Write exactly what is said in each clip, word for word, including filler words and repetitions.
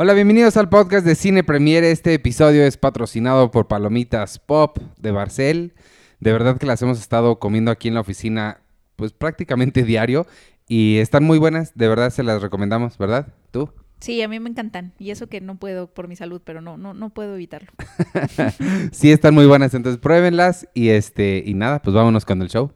Hola, bienvenidos al podcast de Cine Premiere. Este episodio es patrocinado por Palomitas Pop de Barcel. De verdad que las hemos estado comiendo aquí en la oficina pues prácticamente diario y están muy buenas, de verdad se las recomendamos, ¿verdad? ¿Tú? Sí, a mí me encantan y eso que no puedo por mi salud, pero no no no puedo evitarlo. Sí, están muy buenas, entonces pruébenlas y este y nada, pues vámonos con el show.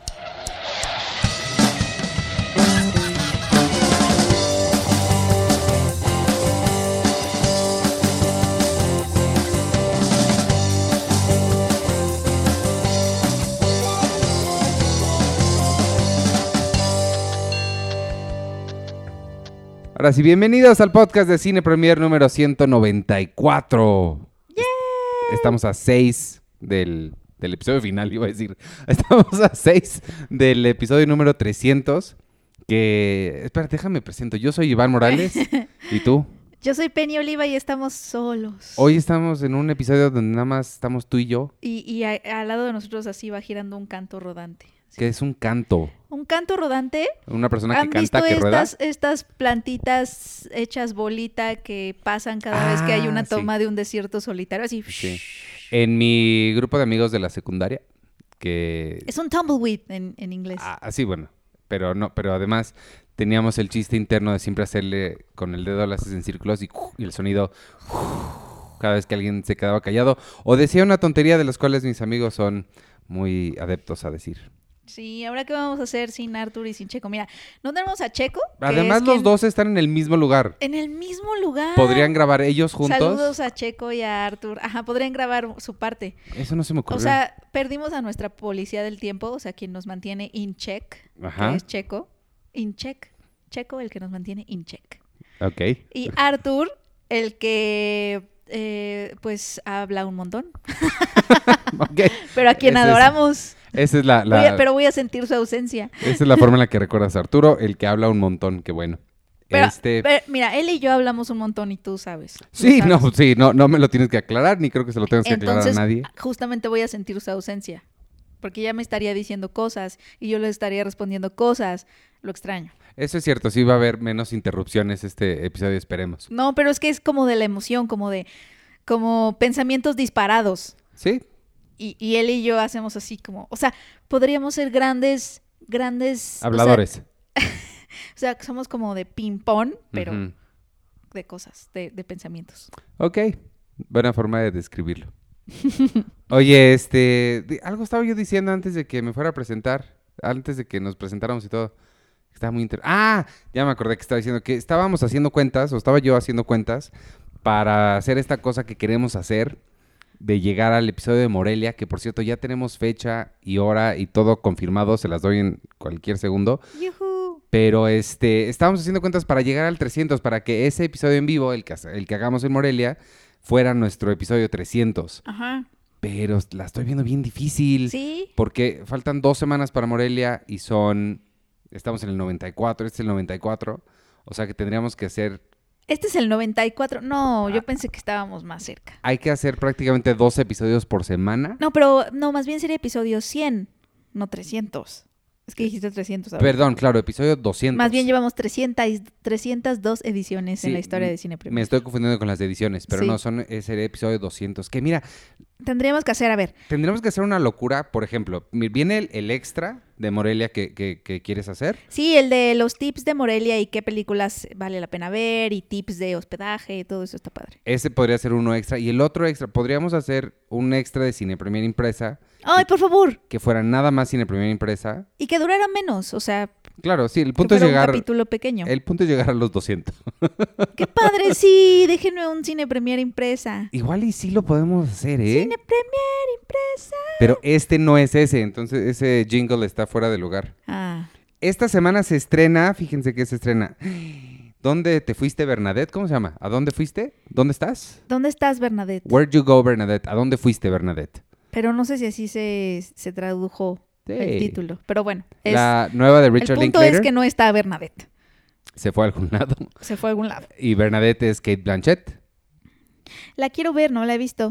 Ahora sí, bienvenidos al podcast de Cine Premiere número ciento noventa y cuatro. ¡Yay! Estamos a seis del, del episodio final, iba a decir. Estamos a seis del episodio número trescientos. Que, espera, déjame presento. Yo soy Iván Morales. ¿Y tú? Yo soy Penny Oliva y estamos solos. Hoy estamos en un episodio donde nada más estamos tú y yo. Y, y a- al lado de nosotros así va girando un canto rodante. Que es un canto. Un canto rodante. Una persona que ¿Han canta, visto que rueda. estas, estas plantitas hechas bolita que pasan cada vez que hay Ah, una sí. toma de un desierto solitario? Así. Sí. En mi grupo de amigos de la secundaria, que... Es un tumbleweed en, en inglés. Ah, sí, bueno, pero no, pero además teníamos el chiste interno de siempre hacerle con el dedo, lo haces en círculos y, y el sonido cada vez que alguien se quedaba callado o decía una tontería de las cuales mis amigos son muy adeptos a decir. Sí, ahora qué vamos a hacer sin Arthur y sin Checo. Mira, no tenemos a Checo. que Además es los quien- dos están en el mismo lugar. En el mismo lugar. ¿Podrían grabar ellos juntos? Saludos a Checo y a Arthur. Ajá, podrían grabar su parte. Eso no se me ocurrió. O sea, perdimos a nuestra policía del tiempo, o sea, quien nos mantiene in check, Ajá. que es Checo. In check. Checo, el que nos mantiene in check. Ok. Y Arthur, el que, eh, pues, habla un montón. Ok. Pero a quien Ese es- adoramos. Esa es la, la- Voy a- pero voy a sentir su ausencia. esa es la forma en la que recuerdas a Arturo, el que habla un montón, qué bueno. Pero, este... pero, mira, él y yo hablamos un montón y tú sabes. tú Sí, sabes. no, sí, no, no me lo tienes que aclarar, ni creo que se lo tengas que Entonces, aclarar a nadie. justamente voy a sentir su ausencia. Porque ya me estaría diciendo cosas y yo le estaría respondiendo cosas. Lo extraño. Eso es cierto, sí va a haber menos interrupciones este episodio, esperemos. No, pero es que es como de la emoción, como de, como pensamientos disparados. ¿Sí? Y, y él y yo hacemos así como, o sea, podríamos ser grandes, grandes... o sea, Habladores. O sea, somos como de ping-pong, pero Ujú. de cosas, de, de pensamientos. Ok, buena forma de describirlo. Oye, este, di- algo estaba yo diciendo antes de que me fuera a presentar, antes de que nos presentáramos y todo. Estaba muy inter... Ah, ya me acordé que estaba diciendo que estábamos haciendo cuentas, o estaba yo haciendo cuentas para hacer esta cosa que queremos hacer de llegar al episodio de Morelia, que por cierto ya tenemos fecha y hora y todo confirmado, se las doy en cualquier segundo. ¡Yujú! Pero este, estábamos haciendo cuentas para llegar al trescientos, para que ese episodio en vivo, el que, hace- el que hagamos en Morelia, fuera nuestro episodio trescientos. Ajá. Pero la estoy viendo bien difícil. Sí. Porque faltan dos semanas para Morelia y son... Estamos en el noventa y cuatro, este es el noventa y cuatro. O sea que tendríamos que hacer... Este es el noventa y cuatro. No, Ah. yo pensé que estábamos más cerca. Hay que hacer prácticamente dos episodios por semana. No, pero no, más bien sería episodio cien, no trescientos. Es que dijiste trescientos ahora. Perdón, claro, episodio doscientos. Más bien llevamos trescientos, trescientas dos ediciones Sí, en la historia m- de Cine Me Premiere. estoy confundiendo con las ediciones, pero Sí. no, son ese era episodio doscientos. Que mira, Tendríamos que hacer, a ver, tendremos que hacer una locura. Por ejemplo, mi- viene el, el extra de Morelia que, que- que quieres hacer. sí, el de los tips de Morelia y qué películas vale la pena ver y tips de hospedaje y todo eso está padre. Ese podría ser uno extra. Y el otro extra, podríamos hacer un extra de Cine Premiere Impresa, ¡Ay, por favor! que fuera nada más Cine Premiere Impresa. Y que durara menos, o sea, Claro, sí, el que punto es fuera un llegar... capítulo pequeño. El punto es llegar a los doscientos. ¡Qué padre! Sí, déjenme un Cine Premiere impresa. Igual y sí lo podemos hacer, ¿eh? Cine Premiere impresa. Pero este no es ese, entonces ese jingle está fuera de lugar. Ah, Esta semana se estrena, fíjense que se estrena. ¿Dónde te fuiste, Bernadette? ¿Cómo se llama? ¿A dónde fuiste? ¿Dónde estás? ¿dónde estás, Bernadette? Where'd you go, Bernadette? ¿A dónde fuiste, Bernadette? Pero no sé si así se, se tradujo Sí. el título. Pero bueno, es, La nueva de el Richard punto Linklater es que no está Bernadette. se fue a algún lado. Se fue a algún lado. Y Bernadette es Kate Blanchett. La quiero ver, no la he visto.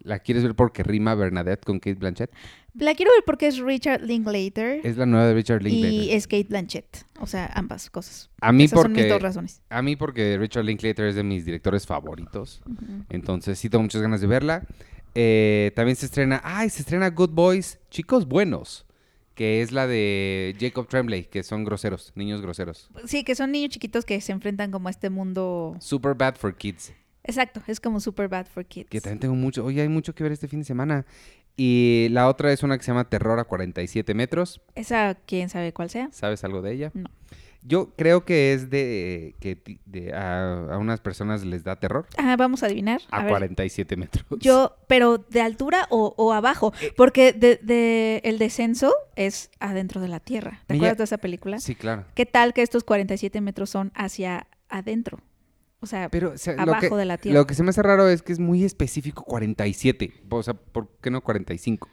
¿La quieres ver porque rima Bernadette con Kate Blanchett? La quiero ver porque es Richard Linklater. Es la nueva de Richard Linklater. Y es Kate Blanchett. O sea, ambas cosas. A mí Esas son mis porque dos razones. a mí porque Richard Linklater es de mis directores favoritos. Ujú. Entonces sí tengo muchas ganas de verla. Eh, también se estrena, ay, se estrena Good Boys, Chicos Buenos, que es la de Jacob Tremblay, que son groseros, niños groseros. Sí, que son niños chiquitos que se enfrentan como a este mundo. Super Bad for Kids. Exacto, es como Super Bad for Kids. Que también tengo mucho, oye, hay mucho que ver este fin de semana. Y la otra es una que se llama Terror a cuarenta y siete metros. Esa, quién sabe cuál sea. ¿Sabes algo de ella? No. Yo creo que es de que ti- de- a, a unas personas les da terror Ah, vamos a adivinar. a, A ver. cuarenta y siete metros. Yo, pero ¿de altura o, o abajo? Porque de, de- el descenso es adentro de la Tierra. ¿Te Mira, acuerdas de esa película? Sí, claro. ¿Qué tal que estos cuarenta y siete metros son hacia adentro? O sea, Pero o sea, lo abajo que, de la Tierra. Lo que se me hace raro es que es muy específico cuarenta y siete. O sea, ¿por qué no cuarenta y cinco?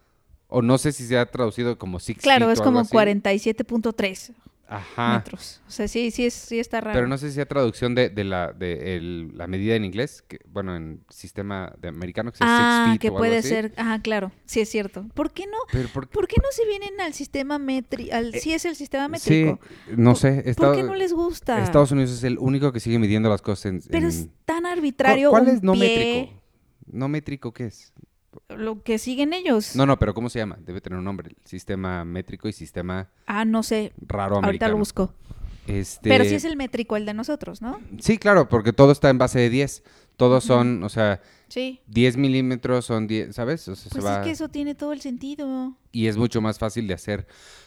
O no sé si se ha traducido como six claro, feet es o algo como así. cuarenta y siete punto tres Ajá. metros. O sea, sí, sí, es, sí está raro. Pero no sé si sea traducción de, de, la, de el- la medida en inglés, que, bueno, en sistema de americano, que es ah, six feet que o algo puede así. ser. Ajá, claro. Sí, es cierto. ¿Por qué no? Pero por, ¿Por qué no se vienen al sistema métrico? Al, sí es el sistema sí, métrico. no ¿Por- sé. ¿Por Estado- qué no les gusta? Estados Unidos es el único que sigue midiendo las cosas en... Pero en- es tan ¿Cuál, arbitrario cuál un es no pie, métrico? ¿No métrico qué es? lo que siguen ellos. No, no, pero ¿cómo se llama? Debe tener un nombre. Sistema métrico y sistema Ah, no sé. raro Ahorita americano. lo busco. Este... Pero sí es el métrico el de nosotros, ¿no? Sí, claro, porque todo está en base de diez. Todos son, o sea, Sí. diez milímetros son diez, ¿sabes? O sea, Pues se va... es que eso tiene todo el sentido. Y es mucho más fácil de hacer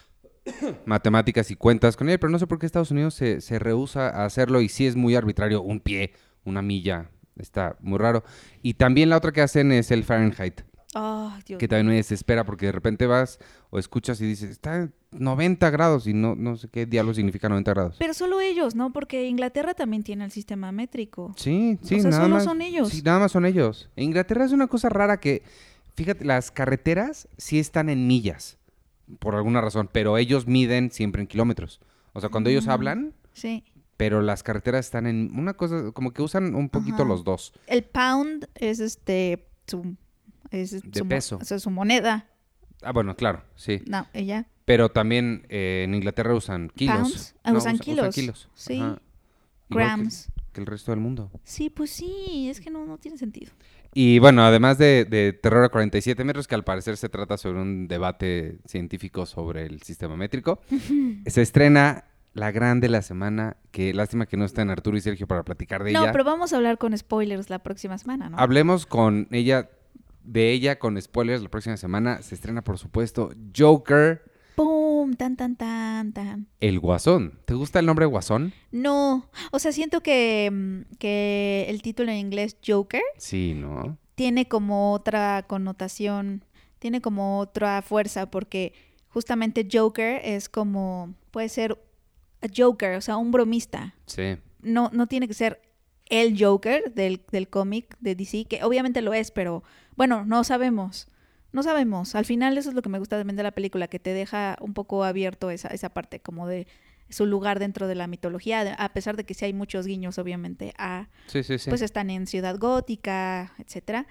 matemáticas y cuentas con él, pero no sé por qué Estados Unidos se, se rehúsa a hacerlo y sí es muy arbitrario, un pie, una milla, está muy raro. Y también la otra que hacen es el Fahrenheit, Ay, Dios que también me desespera porque de repente vas o escuchas y dices, está en noventa grados y no, no sé qué diablo significa noventa grados. Pero solo ellos, ¿no? Porque Inglaterra también tiene el sistema métrico. Sí, sí, O sea, nada solo más. son ellos. Sí, nada más son ellos. En Inglaterra es una cosa rara que, fíjate, las carreteras sí están en millas, por alguna razón, pero ellos miden siempre en kilómetros. O sea, cuando ellos Mm. hablan, Sí. pero las carreteras están en una cosa, como que usan un poquito Ajá. los dos. El pound es este su es De su mo- peso. o sea, su moneda. Ah, bueno, claro, sí. No, ella. Pero también eh, en Inglaterra usan kilos. Pounds. Ah, usan usa- kilos. Sí. Ajá. Igual que- Grams. que el resto del mundo. Sí, pues sí, es que no, no tiene sentido. Y bueno, además de, de Terror a cuarenta y siete metros, que al parecer se trata sobre un debate científico sobre el sistema métrico, se estrena la gran de la semana, que lástima que no están Arturo y Sergio para platicar de No, ella. pero vamos a hablar con spoilers la próxima semana, ¿no? Hablemos con ella, de ella con spoilers la próxima semana. Se estrena, por supuesto, Joker, ¡Pum! Tan, tan, tan, tan. el Guasón. ¿Te gusta el nombre Guasón? No, o sea, siento que, mm, que el título en inglés Joker Sí, ¿no? tiene como otra connotación, tiene como otra fuerza, porque justamente Joker es como, puede ser a Joker, o sea, un bromista. Sí. No, no tiene que ser el Joker del, del cómic de D C, que obviamente lo es, pero bueno, no sabemos. No sabemos. Al final eso es lo que me gusta también de la película, que te deja un poco abierto esa, esa parte, como de su lugar dentro de la mitología, a pesar de que sí hay muchos guiños, obviamente, a Sí, sí, sí. pues están en Ciudad Gótica, etcétera.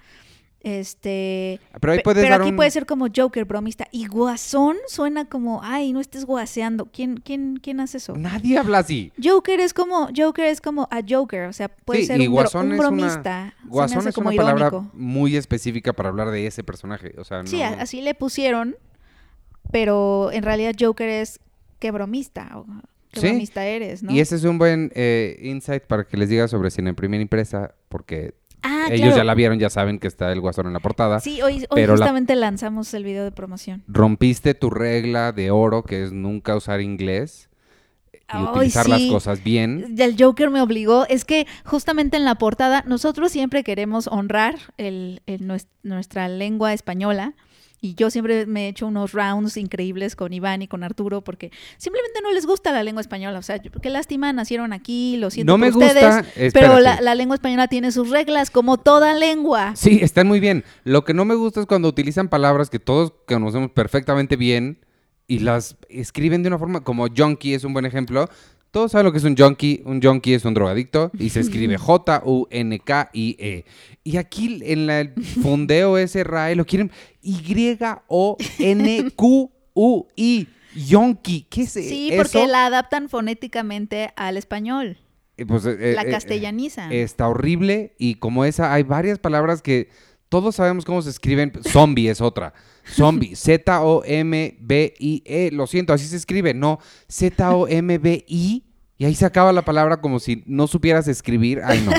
Este, pero ahí pe- puedes pero dar aquí un... puede ser como Joker, bromista. Y Guasón suena como, ay, no estés guaseando. ¿Quién, quién, quién hace eso? Nadie habla así. Joker es como, Joker es como a Joker, o sea, puede Sí, ser y un, bro- Guasón un es una- bromista. Se me Guasón hace es como una palabra irónico. muy específica para hablar de ese personaje. O sea, no... Sí, a- así le pusieron, pero en realidad Joker es qué bromista, o qué Sí, bromista eres, ¿no? Y ese es un buen eh, insight para que les diga sobre Cine en Primera Impresa, porque ah, ellos claro. ya la vieron, ya saben que está el Guasón en la portada. Sí, hoy, hoy pero la- justamente lanzamos el video de promoción. Rompiste tu regla de oro, que es nunca usar inglés y Ay, utilizar las sí. cosas bien. El Joker me obligó. Es que justamente en la portada, nosotros siempre queremos honrar el, el nues- nuestra lengua española. Y yo siempre me he hecho unos rounds increíbles con Iván y con Arturo porque simplemente no les gusta la lengua española. O sea, yo- qué lástima, nacieron aquí, lo siento No me por ustedes. gusta, Pero espérate. la, la lengua española tiene sus reglas, como toda lengua. Sí, están muy bien. Lo que no me gusta es cuando utilizan palabras que todos conocemos perfectamente bien y las escriben de una forma, como junkie es un buen ejemplo, Todos saben lo que es un junkie. Un junkie es un drogadicto y se escribe J U N K I E. Y aquí en la, el fundeo ese R A E lo quieren Y O N Q U I. Yonki. ¿Qué es eso? Sí, porque la adaptan fonéticamente al español. Eh, pues, eh, la eh, castellanizan. Eh, está horrible y como esa hay varias palabras que todos sabemos cómo se escriben. Zombie es otra. Zombie. Z O M B I E. Lo siento, así se escribe. No, Z O M B I. Y ahí se acaba la palabra como si no supieras escribir. Ay, no.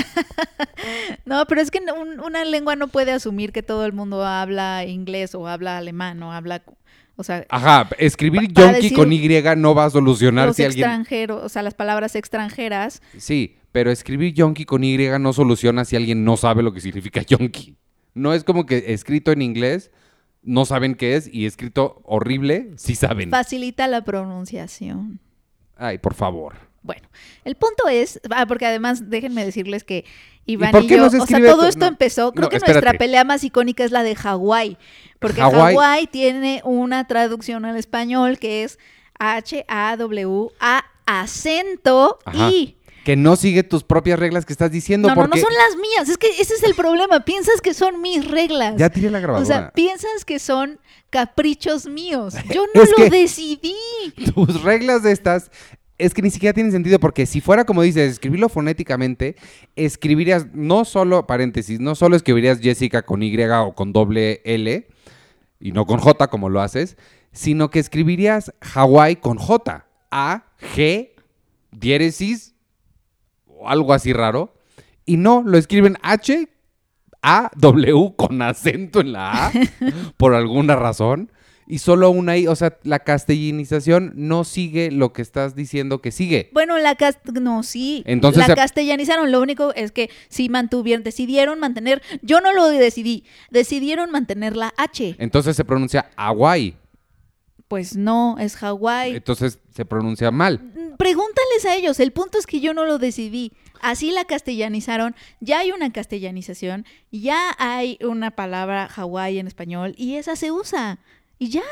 No, pero es que un, una lengua no puede asumir que todo el mundo habla inglés o habla alemán o habla... O sea, Ajá, escribir pa- para yonki decir con Y no va a solucionar los si alguien... extranjeros, o sea, las palabras extranjeras. Sí, pero escribir yonki con Y no soluciona si alguien no sabe lo que significa yonki. No es como que escrito en inglés no saben qué es y escrito horrible sí saben. Facilita la pronunciación. Ay, por favor. Bueno, el punto es, ah, porque además déjenme decirles que Iván por y, qué yo, no se o sea, escribe todo to- esto no, empezó, creo no, que espérate. nuestra pelea más icónica es la de Hawái, porque Hawái. Hawái tiene una traducción al español que es H A W A acento Ajá. I. Que no sigue tus propias reglas que estás diciendo No, no, porque... no son las mías, es que ese es el problema, piensas que son mis reglas. Ya tiré la O grabadora. sea, piensas que son caprichos míos. Yo no Es lo que- decidí. Tus reglas de estas es que ni siquiera tienen sentido porque si fuera como dices, escribirlo fonéticamente, escribirías no solo, paréntesis, no solo escribirías Jessica con Y o con doble L y no con J como lo haces, sino que escribirías Hawái con J, A, G, diéresis o algo así raro y no, lo escriben H, A, W con acento en la A por alguna razón. Y solo una I, o sea, la castellanización no sigue lo que estás diciendo que sigue. Bueno, la cas no, sí. Entonces la se- castellanizaron. Lo único es que sí mantuvieron, decidieron mantener. Yo no lo decidí. Decidieron mantener la H. Entonces se pronuncia Hawái. Pues no, es Hawái. Entonces se pronuncia mal. Pregúntales a ellos. El punto es que yo no lo decidí. Así la castellanizaron. Ya hay una castellanización. Ya hay una palabra Hawái en español. Y esa se usa. Y ya.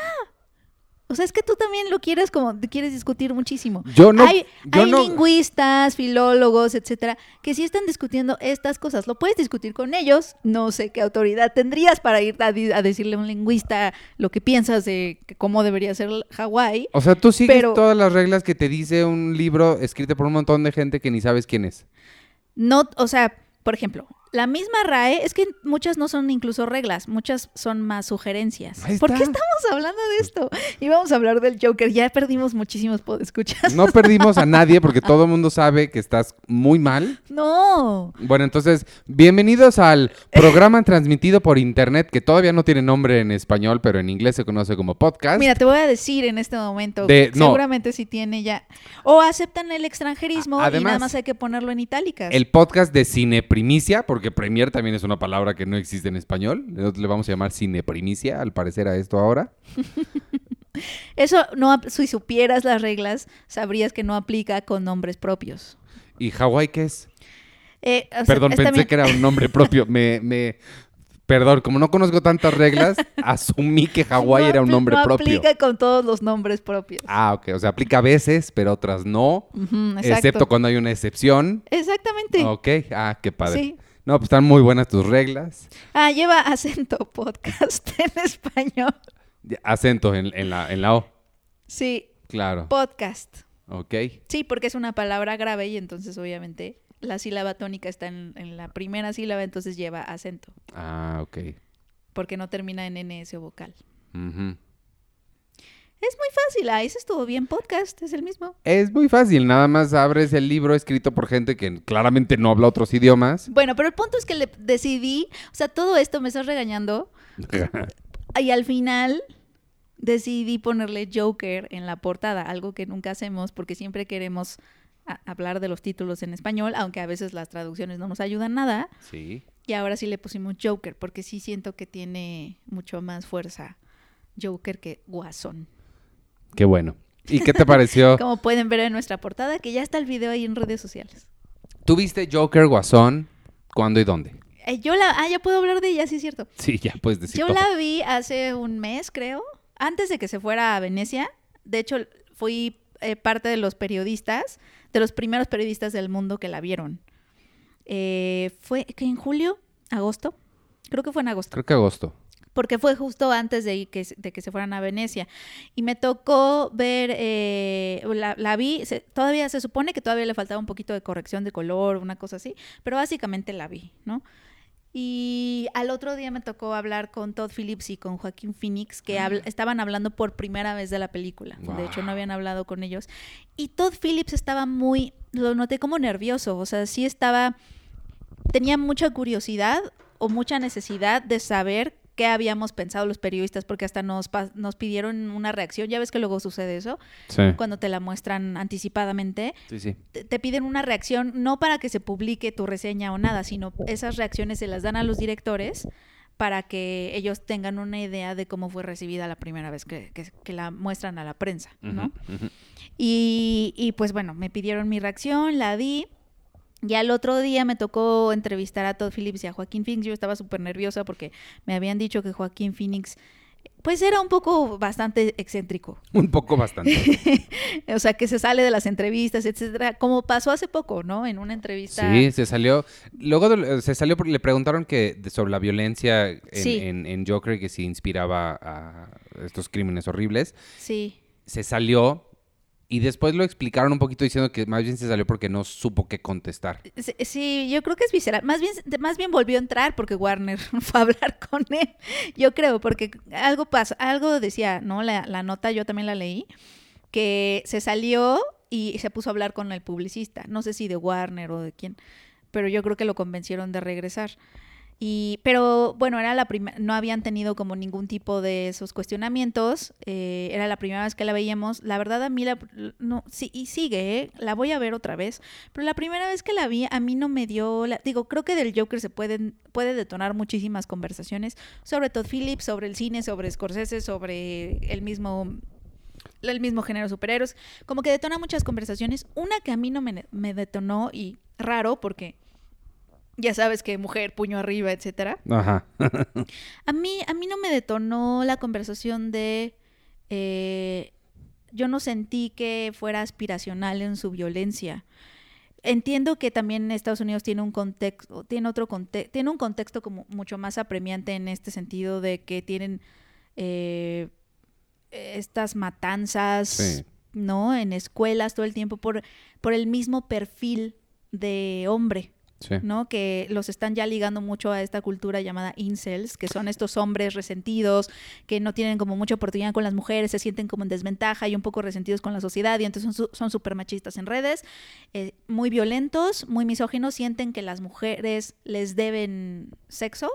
O sea, es que tú también lo quieres como, quieres discutir muchísimo. Yo no- Hay, yo hay no- lingüistas, filólogos, etcétera, que sí están discutiendo estas cosas. Lo puedes discutir con ellos. No sé qué autoridad tendrías para ir a, di- a decirle a un lingüista lo que piensas de que cómo debería ser Hawái. O sea, tú sigues Pero- todas las reglas que te dice un libro escrito por un montón de gente que ni sabes quién es. No, o sea, por ejemplo, la misma R A E, es que muchas no son incluso reglas, muchas son más sugerencias. Ahí ¿Por qué está. estamos hablando de esto? Y vamos a hablar del Joker. Ya perdimos muchísimos podescuchas. No perdimos a nadie porque todo el mundo sabe que estás muy mal. No. Bueno, entonces, bienvenidos al programa transmitido por internet que todavía no tiene nombre en español, pero en inglés se conoce como podcast. Mira, te voy a decir en este momento, De- no. seguramente sí tiene ya. O aceptan el extranjerismo A- y nada además, más hay que ponerlo en itálicas. El podcast de Cine Primicia, porque Premier también es una palabra que no existe en español. Nosotros le vamos a llamar Cine Primicia, al parecer, a esto ahora. Eso no, ap- si supieras las reglas, sabrías que no aplica con nombres propios. ¿Y Hawái qué es? Eh, o sea, Perdón, está pensé bien. que era un nombre propio. Me, me... Perdón, como no conozco tantas reglas, asumí que Hawái No era un apl- nombre no propio. aplica con todos los nombres propios. Ah, ok. O sea, aplica a veces, pero otras no. Ujú, exacto. Excepto cuando hay una excepción. Exactamente. Ok. Ah, qué padre. Sí. No, pues están muy buenas tus reglas. Ah, lleva acento podcast en español. Ya, acento en, en la, en la O. Sí, Claro. podcast. Ok. Sí, porque es una palabra grave y entonces obviamente la sílaba tónica está en, en la primera sílaba, entonces lleva acento, Ah, ok. porque no termina en N S o vocal. Ujú. Es muy fácil, ah, ese estuvo bien, podcast, es el mismo. Es muy fácil, nada más abres el libro escrito por gente que claramente no habla otros idiomas. Bueno, pero el punto es que le decidí, o sea, todo esto me estás regañando y al final decidí ponerle Joker en la portada, algo que nunca hacemos porque siempre queremos a- hablar de los títulos en español, aunque a veces las traducciones no nos ayudan nada. Sí. Y ahora sí le pusimos Joker, porque sí siento que tiene mucho más fuerza Joker que Guasón. Qué bueno. ¿Y qué te pareció? Como pueden ver en nuestra portada, que ya está el video ahí en redes sociales. ¿Tú viste Joker Guasón? ¿Cuándo y dónde? Eh, yo la... Ah, ya puedo hablar de ella, sí es cierto. Sí, ya puedes decir Yo todo. la vi hace un mes, creo, antes de que se fuera a Venecia. De hecho, fui eh, parte de los periodistas, de los primeros periodistas del mundo que la vieron. Eh, ¿Fue que en julio? ¿Agosto? Creo que fue en agosto. Creo que agosto. Porque fue justo antes de que, de que se fueran a Venecia. Y me tocó ver, eh, la, la vi, se, todavía se supone que todavía le faltaba un poquito de corrección de color, una cosa así, pero básicamente la vi, ¿no? Y al otro día me tocó hablar con Todd Phillips y con Joaquín Phoenix, que habl- estaban hablando por primera vez de la película. Wow. De hecho, no habían hablado con ellos. Y Todd Phillips estaba muy, lo noté como nervioso, o sea, sí estaba, tenía mucha curiosidad o mucha necesidad de saber qué habíamos pensado los periodistas, porque hasta nos, nos pidieron una reacción. Ya ves que luego sucede eso, sí. Cuando te la muestran anticipadamente. Sí, sí. Te, te piden una reacción, no para que se publique tu reseña o nada, sino esas reacciones se las dan a los directores para que ellos tengan una idea de cómo fue recibida la primera vez que, que, que la muestran a la prensa, ¿no? Uh-huh, uh-huh. Y, y pues bueno, me pidieron mi reacción, la di. Y al otro día me tocó entrevistar a Todd Phillips y a Joaquín Phoenix. Yo estaba súper nerviosa porque me habían dicho que Joaquín Phoenix, pues era un poco bastante excéntrico. Un poco bastante. O sea, que se sale de las entrevistas, etcétera. Como pasó hace poco, ¿no? En una entrevista. Sí, se salió. Luego de, se salió porque le preguntaron que de, sobre la violencia en, Sí. en, en Joker, que si inspiraba a estos crímenes horribles. Sí. Se salió. Y después lo explicaron un poquito diciendo que más bien se salió porque no supo qué contestar. Sí, yo creo que es visceral. Más bien, más bien volvió a entrar porque Warner fue a hablar con él. Yo creo, porque algo pasa, algo decía, ¿no? La, la nota, yo también la leí, que se salió y se puso a hablar con el publicista. No sé si de Warner o de quién, pero yo creo que lo convencieron de regresar. Y, pero bueno, era la prim- no habían tenido como ningún tipo de esos cuestionamientos, eh, era la primera vez que la veíamos. La verdad a mí, la, no, sí, y sigue, ¿eh? La voy a ver otra vez, pero la primera vez que la vi a mí no me dio, la, digo, creo que del Joker se pueden, puede detonar muchísimas conversaciones sobre Todd Phillips, sobre el cine, sobre Scorsese, sobre el mismo... el mismo género superhéroes, como que detona muchas conversaciones. Una que a mí no me, me detonó, y raro porque ya sabes que mujer, puño arriba, etcétera. Ajá. a mí, a mí no me detonó la conversación de eh, yo no sentí que fuera aspiracional en su violencia. Entiendo que también Estados Unidos tiene un contexto, tiene otro contexto, tiene un contexto como mucho más apremiante en este sentido de que tienen eh, estas matanzas, sí. ¿no? En escuelas todo el tiempo por, por el mismo perfil de hombre. Sí. ¿No? Que los están ya ligando mucho a esta cultura llamada incels, que son estos hombres resentidos, que no tienen como mucha oportunidad con las mujeres, se sienten como en desventaja y un poco resentidos con la sociedad, y entonces son, son súper machistas en redes, eh, muy violentos, muy misóginos, sienten que las mujeres les deben sexo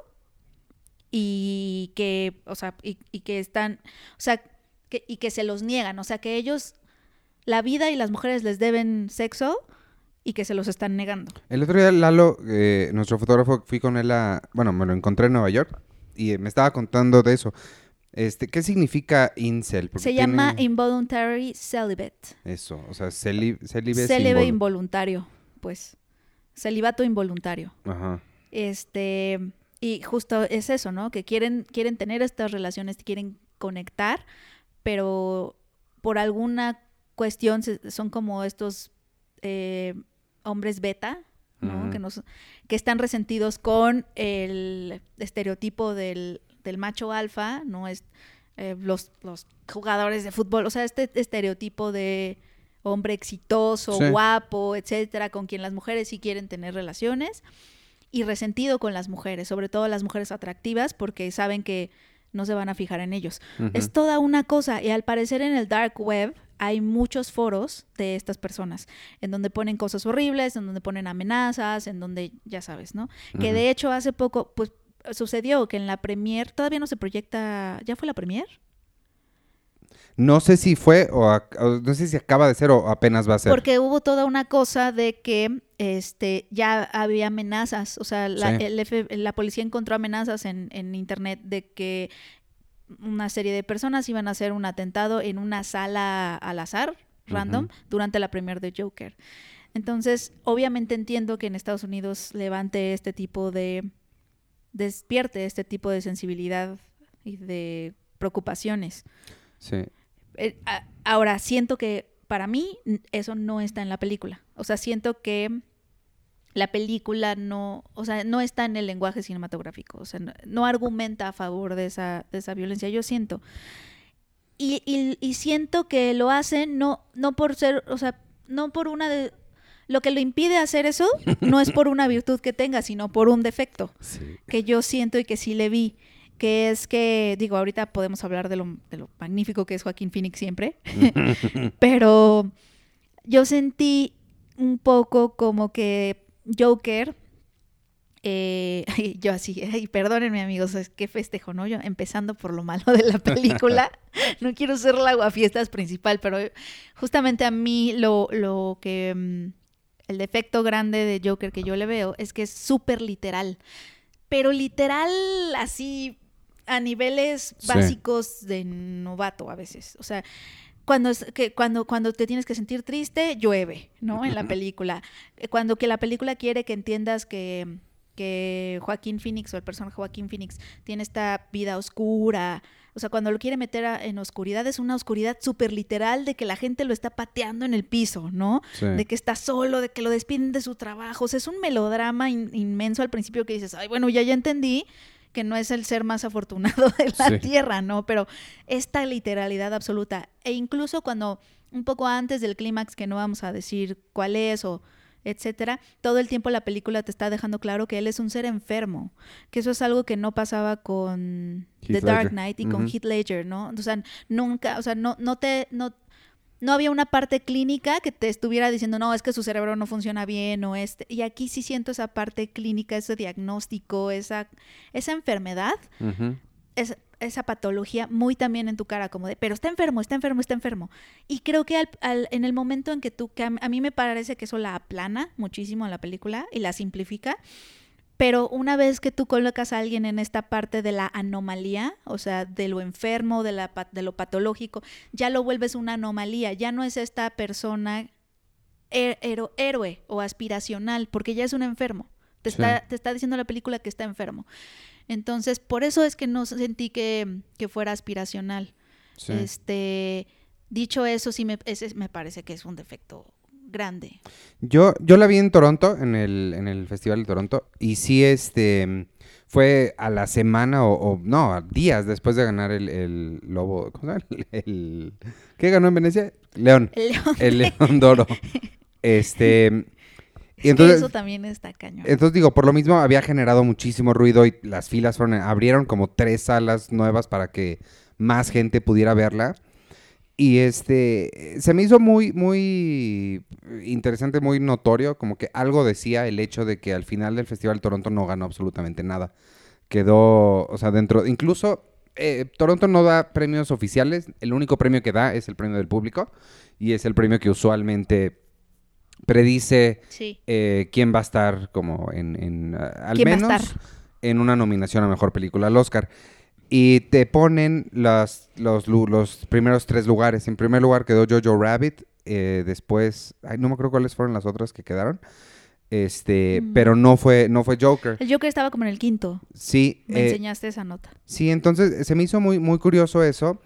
y que, o sea, y, y que están, o sea, que, y que se los niegan, o sea, que ellos, la vida y las mujeres les deben sexo y que se los están negando. El otro día Lalo, eh, nuestro fotógrafo, fui con él a... Bueno, me lo encontré en Nueva York y me estaba contando de eso. Este, ¿qué significa incel? Porque se tiene... llama involuntary celibate. Eso, o sea, celi célibe Célibe invol... involuntario, pues. Celibato involuntario. Ajá. Este, y justo es eso, ¿no? Que quieren, quieren tener estas relaciones, quieren conectar, pero por alguna cuestión son como estos... Eh, hombres beta, ¿no? Uh-huh. que, nos, que están resentidos con el estereotipo del, del macho alfa, ¿no? Es, eh, los, los jugadores de fútbol, o sea, este estereotipo de hombre exitoso, sí. guapo, etcétera, con quien las mujeres sí quieren tener relaciones, y resentido con las mujeres, sobre todo las mujeres atractivas, porque saben que no se van a fijar en ellos. Uh-huh. Es toda una cosa, y al parecer en el dark web hay muchos foros de estas personas, en donde ponen cosas horribles, en donde ponen amenazas, en donde, ya sabes, ¿no? Uh-huh. Que de hecho hace poco, pues, sucedió que en la premier, todavía no se proyecta, ¿ya fue la premier? No sé si fue, o, a, o no sé si acaba de ser o apenas va a ser. Porque hubo toda una cosa de que este ya había amenazas, o sea, la, sí. el F, la policía encontró amenazas en, en internet de que una serie de personas iban a hacer un atentado en una sala al azar, random, uh-huh. durante la premier de Joker. Entonces, obviamente entiendo que en Estados Unidos levante este tipo de... despierte este tipo de sensibilidad y de preocupaciones. Sí. Eh, a, ahora, siento que para mí eso no está en la película. O sea, siento que la película no, o sea, no está en el lenguaje cinematográfico, o sea, no, no argumenta a favor de esa, de esa violencia, yo siento. Y, y, y siento que lo hacen no, no por ser, o sea, no por una de... Lo que lo impide hacer eso no es por una virtud que tenga, sino por un defecto sí. que yo siento y que sí le vi, que es que, digo, ahorita podemos hablar de lo, de lo magnífico que es Joaquín Phoenix siempre, pero yo sentí un poco como que Joker, eh, yo así, ay, perdónenme amigos, es que festejo, ¿no? Yo empezando por lo malo de la película, no quiero ser la aguafiestas principal, pero justamente a mí lo, lo que... el defecto grande de Joker que yo le veo es que es súper literal, pero literal así a niveles sí. básicos de novato a veces. O sea, cuando, que, cuando, cuando te tienes que sentir triste, llueve, ¿no? En la película. Cuando que la película quiere que entiendas que, que Joaquín Phoenix o el personaje Joaquín Phoenix tiene esta vida oscura. O sea, cuando lo quiere meter a, en oscuridad, es una oscuridad súper literal de que la gente lo está pateando en el piso, ¿no? Sí. De que está solo, de que lo despiden de su trabajo. O sea, es un melodrama in, inmenso al principio que dices, ay, bueno, ya ya entendí que no es el ser más afortunado de la sí. tierra, ¿no? Pero esta literalidad absoluta. E incluso cuando, un poco antes del clímax, que no vamos a decir cuál es o... etcétera, todo el tiempo la película te está dejando claro que él es un ser enfermo, que eso es algo que no pasaba con Heath The Dark Knight y uh-huh. con Heath Ledger, ¿no? O sea, nunca, o sea, no, no te, no, no había una parte clínica que te estuviera diciendo, no, es que su cerebro no funciona bien o este, y aquí sí siento esa parte clínica, ese diagnóstico, esa, esa enfermedad, uh-huh. es esa patología muy también en tu cara, como de, pero está enfermo, está enfermo, está enfermo. Y creo que al, al, en el momento en que tú, que a, a mí me parece que eso la aplana muchísimo a la película y la simplifica, pero una vez que tú colocas a alguien en esta parte de la anomalía, o sea, de lo enfermo, de, la, de lo patológico, ya lo vuelves una anomalía, ya no es esta persona her- héroe o aspiracional, porque ya es un enfermo. Te, sí. está, te está diciendo la película que está enfermo. Entonces, por eso es que no sentí que, que fuera aspiracional. Sí. Este, dicho eso, sí me, ese me parece que es un defecto grande. Yo, yo la vi en Toronto, en el, en el Festival de Toronto, y sí, este, fue a la semana o, o no, a días después de ganar el, el Lobo, ¿cómo se llama? El, el, ¿qué ganó en Venecia? León. El León. El León d'Oro. Este... Y entonces, eso también está cañón. Entonces, digo, por lo mismo había generado muchísimo ruido y las filas fueron, abrieron como tres salas nuevas para que más gente pudiera verla. Y este, se me hizo muy, muy interesante, muy notorio, como que algo decía el hecho de que al final del Festival de Toronto no ganó absolutamente nada. Quedó, o sea, dentro, incluso eh, Toronto no da premios oficiales, el único premio que da es el premio del público y es el premio que usualmente predice sí. eh, quién va a estar como en, en uh, al menos en una nominación a Mejor Película al Oscar. Y te ponen las, los, los primeros tres lugares. En primer lugar quedó Jojo Rabbit, eh, después, ay, no me acuerdo cuáles fueron las otras que quedaron, este, mm. pero no fue, no fue Joker. El Joker estaba como en el quinto. Sí. Me eh, enseñaste esa nota. Sí, entonces se me hizo muy, muy curioso eso.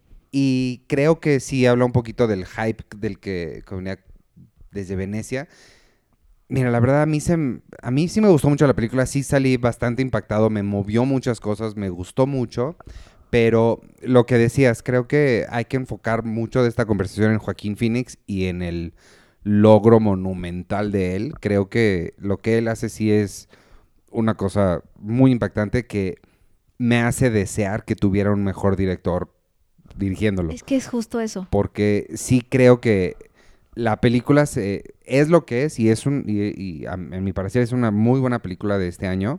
Y creo que sí habla un poquito del hype del que venía desde Venecia. Mira, la verdad a mí, se, a mí sí me gustó mucho la película, sí salí bastante impactado, me movió muchas cosas, me gustó mucho, pero lo que decías, creo que hay que enfocar mucho de esta conversación en Joaquín Phoenix y en el logro monumental de él. Creo que lo que él hace sí es una cosa muy impactante que me hace desear que tuviera un mejor director dirigiéndolo. Es que es justo eso. Porque sí creo que la película se, es lo que es y es un y, y a, en mi parecer es una muy buena película de este año.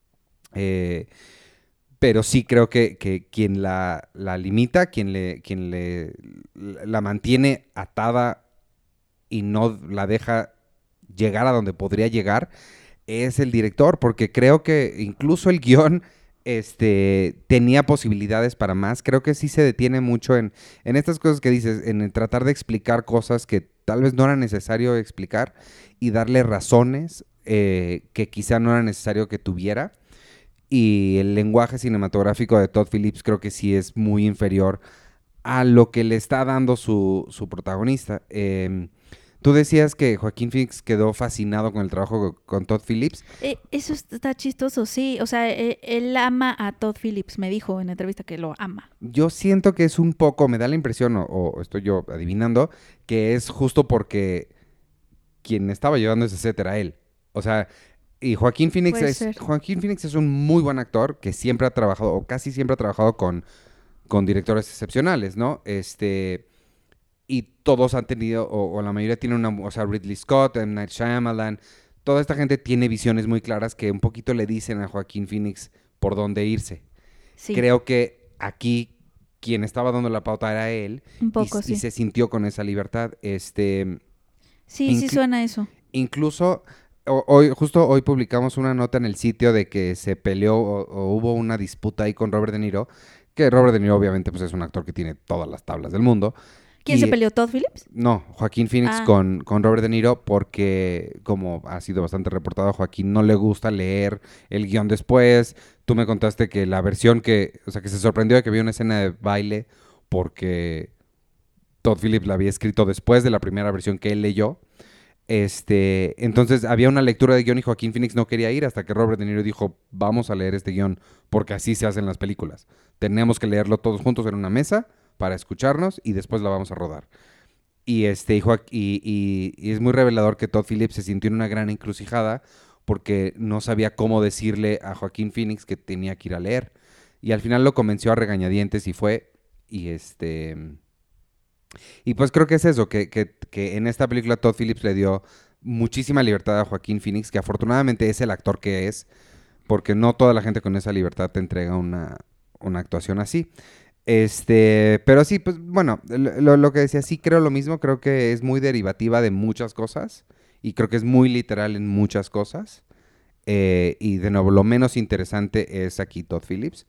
Eh, pero sí creo que, que quien la, la limita, quien le, quien le la mantiene atada y no la deja llegar a donde podría llegar, es el director, porque creo que incluso el guión este, tenía posibilidades para más. Creo que sí se detiene mucho en, en estas cosas que dices, en tratar de explicar cosas que tal vez no era necesario explicar y darle razones eh, que quizá no era necesario que tuviera. Y el lenguaje cinematográfico de Todd Phillips creo que sí es muy inferior a lo que le está dando su, su protagonista. Eh, tú decías que Joaquín Phoenix quedó fascinado con el trabajo con Todd Phillips. Eh, eso está chistoso, sí. O sea, él, él ama a Todd Phillips, me dijo en la entrevista que lo ama. Yo siento que es un poco, me da la impresión, o, o estoy yo adivinando, que es justo porque quien estaba llevando ese set era él. O sea, y Joaquín Phoenix Puede es ser. Joaquín Phoenix es un muy buen actor que siempre ha trabajado, o casi siempre ha trabajado con, con directores excepcionales, ¿no? Este, y todos han tenido, o, o la mayoría tienen una, o sea, Ridley Scott, M. Night Shyamalan, toda esta gente tiene visiones muy claras que un poquito le dicen a Joaquín Phoenix por dónde irse. Sí, Creo que aquí quien estaba dando la pauta era él un y, poco, y sí. se sintió con esa libertad. Este, Sí, sí inclu- suena a eso. incluso o- hoy, justo hoy publicamos una nota en el sitio de que se peleó o, o hubo una disputa ahí con Robert De Niro, que Robert De Niro obviamente pues es un actor que tiene todas las tablas del mundo. ¿Quién Y, se peleó? ¿Todd Phillips? no, Joaquín Phoenix Ah. con, con Robert De Niro porque, como ha sido bastante reportado, a Joaquín no le gusta leer el guión después. Tú me contaste que la versión que, o sea, que se sorprendió de que vio una escena de baile porque Todd Phillips la había escrito después de la primera versión que él leyó. Este, entonces había una lectura de guión y Joaquín Phoenix no quería ir hasta que Robert De Niro dijo, vamos a leer este guión porque así se hacen las películas. Tenemos que leerlo todos juntos en una mesa para escucharnos y después la vamos a rodar. Y, este, y, Joaqu- y, y- y es muy revelador que Todd Phillips se sintió en una gran encrucijada porque no sabía cómo decirle a Joaquín Phoenix que tenía que ir a leer. Y al final lo convenció a regañadientes y fue. Y este. Y pues creo que es eso, que, que, que en esta película Todd Phillips le dio muchísima libertad a Joaquín Phoenix, que afortunadamente es el actor que es, porque no toda la gente con esa libertad te entrega una, una actuación así. Este, pero sí, pues bueno, lo, lo que decía, sí creo lo mismo, creo que es muy derivativa de muchas cosas y creo que es muy literal en muchas cosas. Eh, y de nuevo, lo menos interesante es aquí Todd Phillips.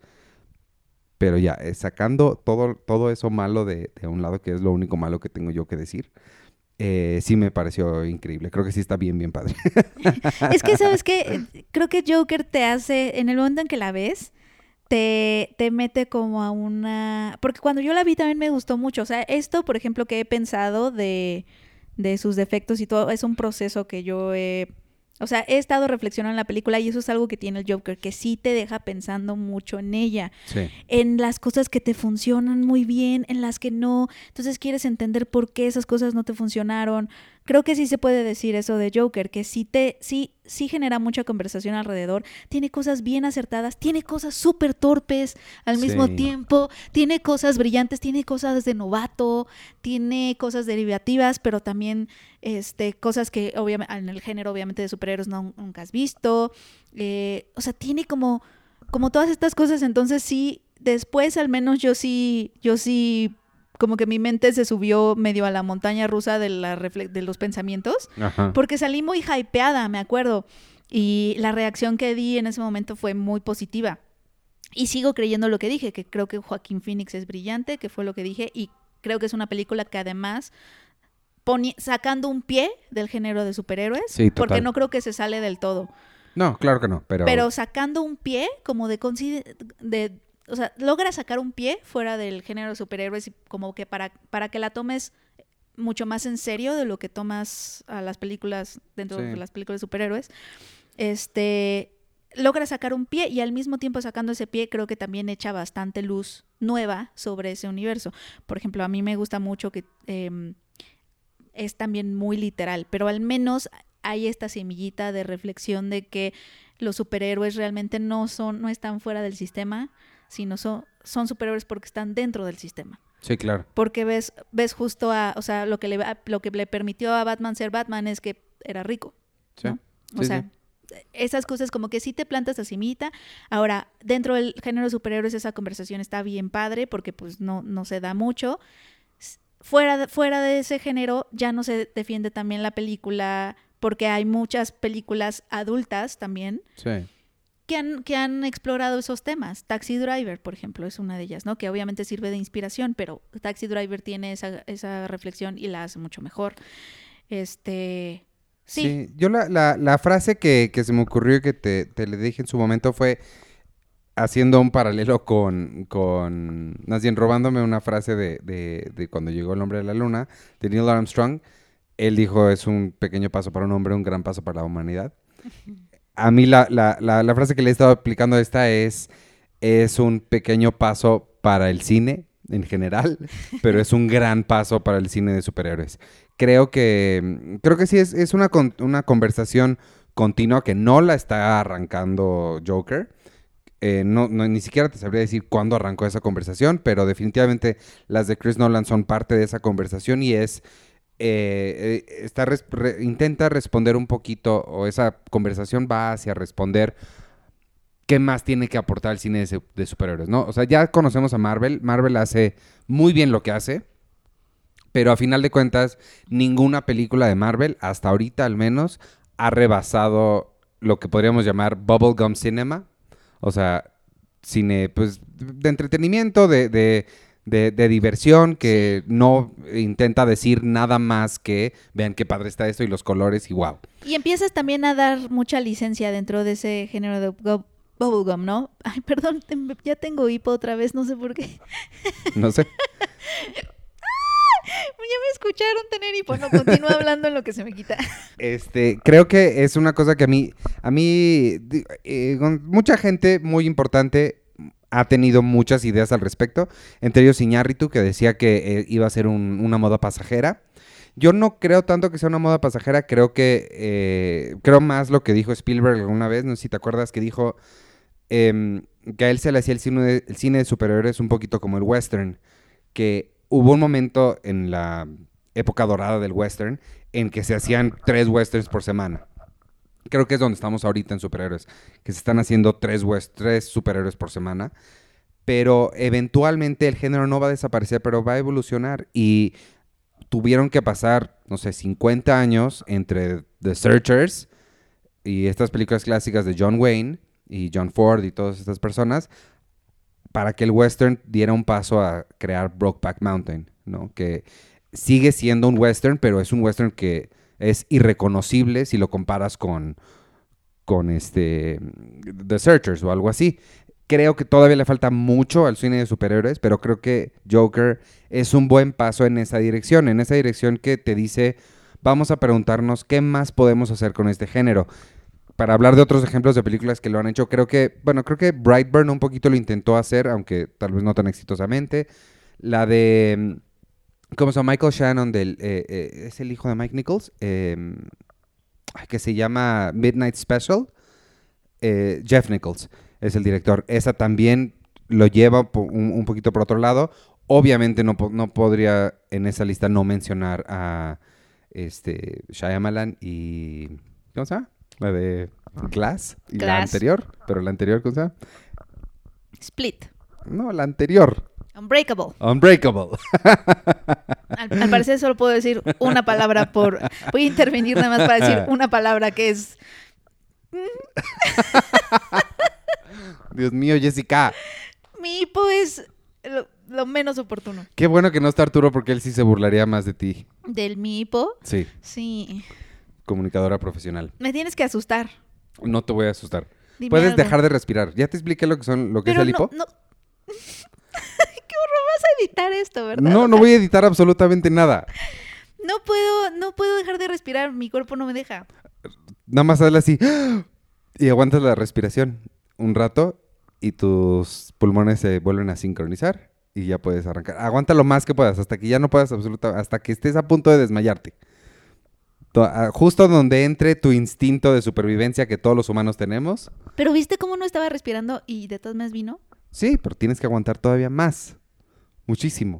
Pero ya, eh, sacando todo, todo eso malo de, de un lado, que es lo único malo que tengo yo que decir, eh, sí me pareció increíble. Creo que sí está bien, bien padre. Es que, ¿sabes qué? Creo que Joker te hace, en el momento en que la ves, te, te mete como a una... Porque cuando yo la vi también me gustó mucho. O sea, esto, por ejemplo, que he pensado de, de sus defectos y todo, es un proceso que yo he... O sea, he estado reflexionando en la película y eso es algo que tiene el Joker, que sí te deja pensando mucho en ella. Sí. En las cosas que te funcionan muy bien, en las que no. Entonces quieres entender por qué esas cosas no te funcionaron. Creo que sí se puede decir eso de Joker, que sí te, sí, sí genera mucha conversación alrededor. Tiene cosas bien acertadas, tiene cosas súper torpes al mismo Sí. tiempo, tiene cosas brillantes, tiene cosas de novato, tiene cosas derivativas, pero también este, cosas que obviamente en el género obviamente de superhéroes no, nunca has visto. Eh, o sea, tiene como, como todas estas cosas, entonces sí, después al menos yo sí, yo sí, como que mi mente se subió medio a la montaña rusa de, la refle- de los pensamientos, Ajá. porque salí muy hypeada, me acuerdo, y la reacción que di en ese momento fue muy positiva. Y sigo creyendo lo que dije, que creo que Joaquín Phoenix es brillante, que fue lo que dije, y creo que es una película que además, poni- sacando un pie del género de superhéroes, Sí, porque total. no creo que se sale del todo, No, claro que no, pero... pero sacando un pie como de, consider- de o sea, logra sacar un pie fuera del género de superhéroes y como que para, para que la tomes mucho más en serio de lo que tomas a las películas dentro Sí. de las películas de superhéroes, este logra sacar un pie y al mismo tiempo sacando ese pie creo que también echa bastante luz nueva sobre ese universo. Por ejemplo, a mí me gusta mucho que eh, es también muy literal, pero al menos hay esta semillita de reflexión de que los superhéroes realmente no son, no están fuera del sistema, sino son, son superhéroes porque están dentro del sistema. Sí, claro. Porque ves, ves justo a, o sea, lo que le lo que le permitió a Batman ser Batman es que era rico, Sí. ¿no? O Sí, sea, sí. esas cosas como que sí te plantas a semillita. Ahora, dentro del género de superhéroes esa conversación está bien padre porque pues no, no se da mucho. Fuera de, fuera de ese género ya no se defiende también la película porque hay muchas películas adultas también Sí. que han, que han explorado esos temas. Taxi Driver, por ejemplo, es una de ellas, ¿no? Que obviamente sirve de inspiración, pero Taxi Driver tiene esa, esa reflexión y la hace mucho mejor. Este... Sí. Sí, yo la, la, la frase que, que se me ocurrió y que te, te le dije en su momento fue, haciendo un paralelo con, con, más bien robándome una frase de, de, de cuando llegó el hombre de la luna, de Neil Armstrong, él dijo, es un pequeño paso para un hombre, un gran paso para la humanidad. A mí la, la, la, la frase que le he estado aplicando a esta es, es un pequeño paso para el cine en general, pero es un gran paso para el cine de superhéroes. Creo que, creo que sí es, es una, con, una conversación continua que no la está arrancando Joker. Eh, no, no, ni siquiera te sabría decir cuándo arrancó esa conversación, pero definitivamente las de Chris Nolan son parte de esa conversación y es... Eh, eh, está res- re- intenta responder un poquito, o esa conversación va hacia responder qué más tiene que aportar el cine de, su- de superhéroes, ¿no? O sea, ya conocemos a Marvel, Marvel hace muy bien lo que hace, pero a final de cuentas, ninguna película de Marvel, hasta ahorita al menos, ha rebasado lo que podríamos llamar bubblegum cinema, o sea, cine, pues, de entretenimiento, de, de, de, de diversión, que Sí. no intenta decir nada más que vean qué padre está esto y los colores y wow. Y empiezas también a dar mucha licencia dentro de ese género de bu- bubblegum, ¿no? Ay, perdón, te- ya tengo hipo otra vez, no sé por qué. No sé. Ya me escucharon tener hipo, no, continúa hablando en lo que se me quita. Este, creo que es una cosa que a mí, a mí, di- eh, con mucha gente muy importante ha tenido muchas ideas al respecto, entre ellos Iñárritu, que decía que eh, iba a ser un- una moda pasajera. Yo no creo tanto que sea una moda pasajera, creo que, eh, creo más lo que dijo Spielberg alguna vez, no sé si te acuerdas, que dijo em, que a él se le hacía el cine, de, el cine de superhéroes un poquito como el western, que hubo un momento en la época dorada del western en que se hacían tres westerns por semana. Creo que es donde estamos ahorita en superhéroes, que se están haciendo tres, west tres superhéroes por semana, pero eventualmente el género no va a desaparecer, pero va a evolucionar y tuvieron que pasar, no sé, cincuenta años entre The Searchers y estas películas clásicas de John Wayne y John Ford y todas estas personas para que el western diera un paso a crear Brokeback Mountain, ¿no? Que sigue siendo un western, pero es un western que es irreconocible si lo comparas con, con este The Searchers o algo así. Creo que todavía le falta mucho al cine de superhéroes, pero creo que Joker es un buen paso en esa dirección, en esa dirección que te dice, vamos a preguntarnos qué más podemos hacer con este género. Para hablar de otros ejemplos de películas que lo han hecho, creo que, bueno, creo que Brightburn un poquito lo intentó hacer, aunque tal vez no tan exitosamente. La de, ¿cómo se llama? Michael Shannon, del, eh, eh, es el hijo de Mike Nichols, eh, que se llama Midnight Special. Eh, Jeff Nichols es el director. Esa también lo lleva po- un, un poquito por otro lado. Obviamente no, po- no podría en esa lista no mencionar a este Shyamalan y... ¿Cómo se llama? La de Glass y la Glass. anterior. Pero la anterior, ¿cómo se llama? Split. No, la anterior. Unbreakable. Unbreakable. Al, al parecer solo puedo decir una palabra por... Voy a intervenir nada más para decir una palabra que es... Dios mío, Jessica. Mi hipo es lo, lo menos oportuno. Qué bueno que no está Arturo porque él sí se burlaría más de ti. ¿Del mi hipo? Sí, Sí. comunicadora profesional. Me tienes que asustar. No te voy a asustar. Dime Puedes algo. dejar de respirar. Ya te expliqué lo que son, lo que Pero es el no, hipo. no... Qué horror, vas a editar esto, ¿verdad? No, no voy a editar absolutamente nada. No puedo, no puedo dejar de respirar, mi cuerpo no me deja. Nada más hazle así y aguantas la respiración un rato y tus pulmones se vuelven a sincronizar y ya puedes arrancar. Aguanta lo más que puedas hasta que ya no puedas absolutamente, hasta que estés a punto de desmayarte. To- a- Justo donde entre tu instinto de supervivencia que todos los humanos tenemos. Pero ¿viste cómo no estaba respirando y de todas maneras vino? Sí, pero tienes que aguantar todavía más. Muchísimo.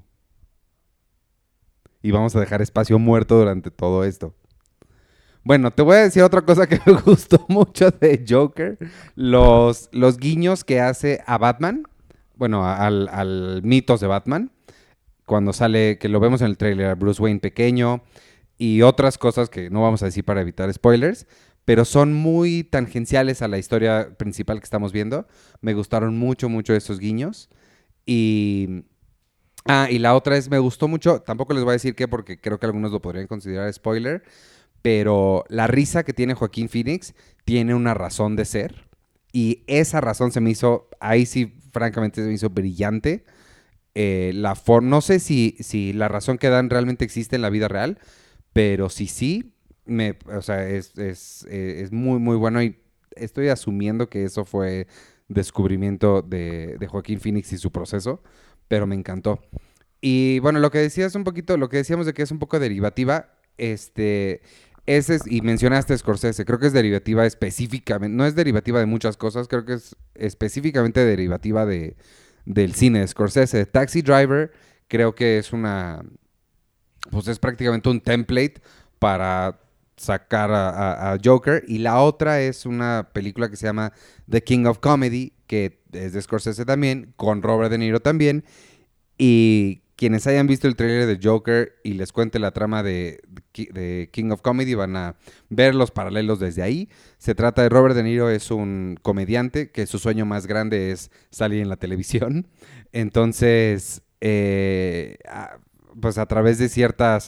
Y vamos a dejar espacio muerto durante todo esto. Bueno, te voy a decir otra cosa que me gustó mucho de Joker. Los, los guiños que hace a Batman. Bueno, a- al, al mitos de Batman. Cuando sale, que lo vemos en el tráiler, Bruce Wayne pequeño. Y otras cosas que no vamos a decir para evitar spoilers. Pero son muy tangenciales a la historia principal que estamos viendo. Me gustaron mucho, mucho esos guiños. Y... Ah, y la otra es, me gustó mucho, tampoco les voy a decir qué porque creo que algunos lo podrían considerar spoiler, pero la risa que tiene Joaquín Phoenix tiene una razón de ser Y esa razón se me hizo, ahí sí, francamente, se me hizo brillante. Eh, la forma, no sé si, si la razón que dan realmente existe en la vida real, pero si sí, me, o sea, es, es, eh, es muy, muy bueno y estoy asumiendo que eso fue descubrimiento de, de Joaquín Phoenix y su proceso, pero me encantó. Y bueno, lo que decías un poquito, lo que decíamos de que es un poco derivativa, este, ese es, y mencionaste Scorsese, creo que es derivativa específicamente, no es derivativa de muchas cosas, creo que es específicamente derivativa de, del cine de Scorsese. Taxi Driver creo que es una, pues es prácticamente un template para sacar a, a- a Joker. Y la otra es una película que se llama The King of Comedy, que es de Scorsese también, con Robert De Niro también. Y quienes hayan visto el tráiler de Joker y les cuente la trama de, de King of Comedy van a ver los paralelos desde ahí. Se trata de Robert De Niro, es un comediante que su sueño más grande es salir en la televisión. Entonces, eh, a- pues a través de ciertas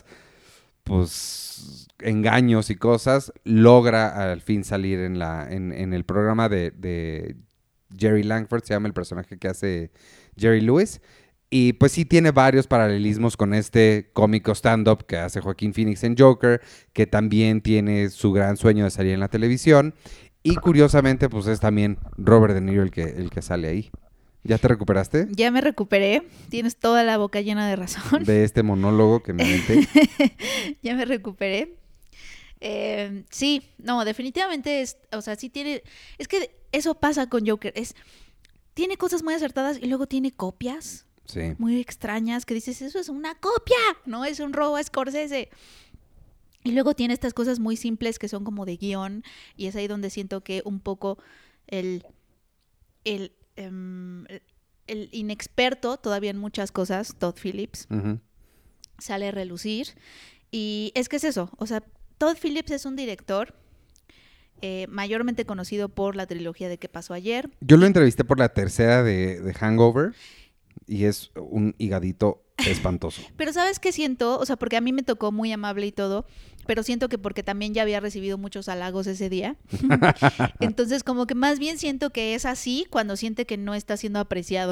pues engaños y cosas, logra al fin salir en la en, en el programa de, de Jerry Langford, se llama el personaje que hace Jerry Lewis. Y pues sí tiene varios paralelismos con este cómico stand-up que hace Joaquín Phoenix en Joker, que también tiene su gran sueño de salir en la televisión. Y curiosamente, pues es también Robert De Niro el que, el que sale ahí. ¿Ya te recuperaste Ya me recuperé, tienes toda la boca llena de razón. de este monólogo que me aventé? Ya me recuperé. Eh, sí, no, definitivamente es, o sea, sí tiene, es que eso pasa con Joker, es, tiene cosas muy acertadas y luego tiene copias Sí. muy extrañas que dices, eso es una copia, no es un robo a Scorsese. Y luego tiene estas cosas muy simples que son como de guión y es ahí donde siento que un poco el, el, em, el inexperto todavía en muchas cosas, Todd Phillips, Ujú. sale a relucir. Y es que es eso, o sea, Todd Phillips es un director eh, mayormente conocido por la trilogía de ¿Qué pasó ayer? Yo lo entrevisté por la tercera de, de Hangover y es un higadito espantoso. Pero ¿sabes qué siento? O sea, porque a mí me tocó muy amable y todo, pero siento que porque también ya había recibido muchos halagos ese día. Entonces, como que más bien siento que es así cuando siente que no está siendo apreciado.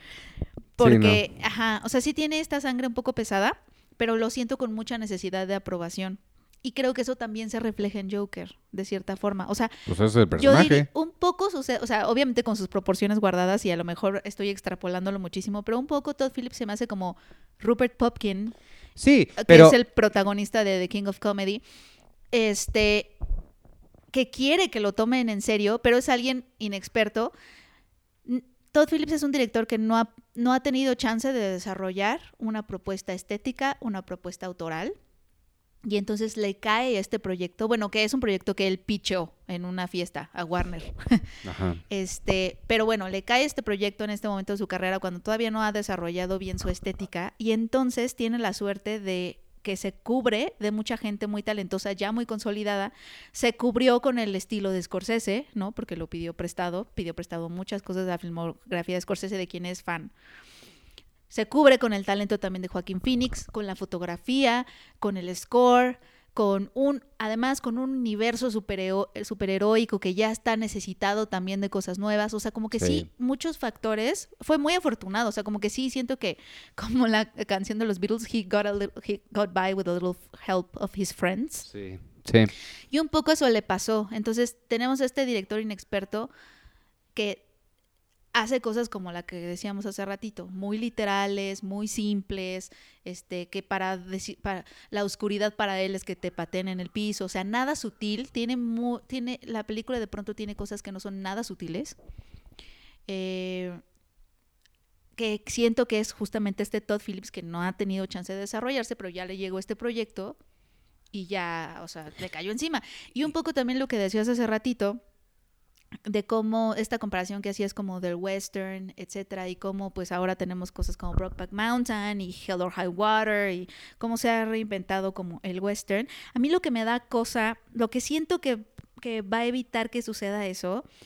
Porque, Sí, no. ajá, o sea, sí tiene esta sangre un poco pesada, pero lo siento con mucha necesidad de aprobación. Y creo que eso también se refleja en Joker, de cierta forma. O sea, Pues ese es el yo diría personaje. un poco sucede, o sea, obviamente con sus proporciones guardadas y a lo mejor estoy extrapolándolo muchísimo, pero un poco Todd Phillips se me hace como Rupert Pupkin, Sí, que pero es el protagonista de The King of Comedy, este, que quiere que lo tomen en serio, pero es alguien inexperto. N- Todd Phillips es un director que no ha, no ha tenido chance de desarrollar una propuesta estética, una propuesta autoral. Y entonces le cae este proyecto, bueno, que es un proyecto que él pichó en una fiesta a Warner. ajá. Este, pero bueno, le cae este proyecto en este momento de su carrera cuando todavía no ha desarrollado bien su estética y entonces tiene la suerte de que se cubre de mucha gente muy talentosa, ya muy consolidada, se cubrió con el estilo de Scorsese, ¿no? Porque lo pidió prestado, pidió prestado muchas cosas de la filmografía de Scorsese, de quien es fan. Se cubre con el talento también de Joaquín Phoenix, con la fotografía, con el score, con un, además con un universo superhero, superheroico que ya está necesitado también de cosas nuevas. O sea, como que sí. Sí. sí, muchos factores. Fue muy afortunado. O sea, como que sí siento que, como la canción de los Beatles, he got, a little, he got by with a little help of his friends. Sí. Sí. Y un poco eso le pasó. Entonces, tenemos a este director inexperto que hace cosas como la que decíamos hace ratito, muy literales, muy simples, este, que para, decir, para la oscuridad para él es que te pateen en el piso, o sea, nada sutil, tiene, mu, tiene la película de pronto tiene cosas que no son nada sutiles, eh, que siento que es justamente este Todd Phillips que no ha tenido chance de desarrollarse, pero ya le llegó este proyecto y ya, o sea, le cayó encima. Y un poco también lo que decías hace ratito, de cómo esta comparación que hacías como del western, etcétera, y cómo pues ahora tenemos cosas como Brokeback Mountain y Hell or High Water y cómo se ha reinventado como el western. A mí lo que me da cosa, lo que siento que, que va a evitar que suceda eso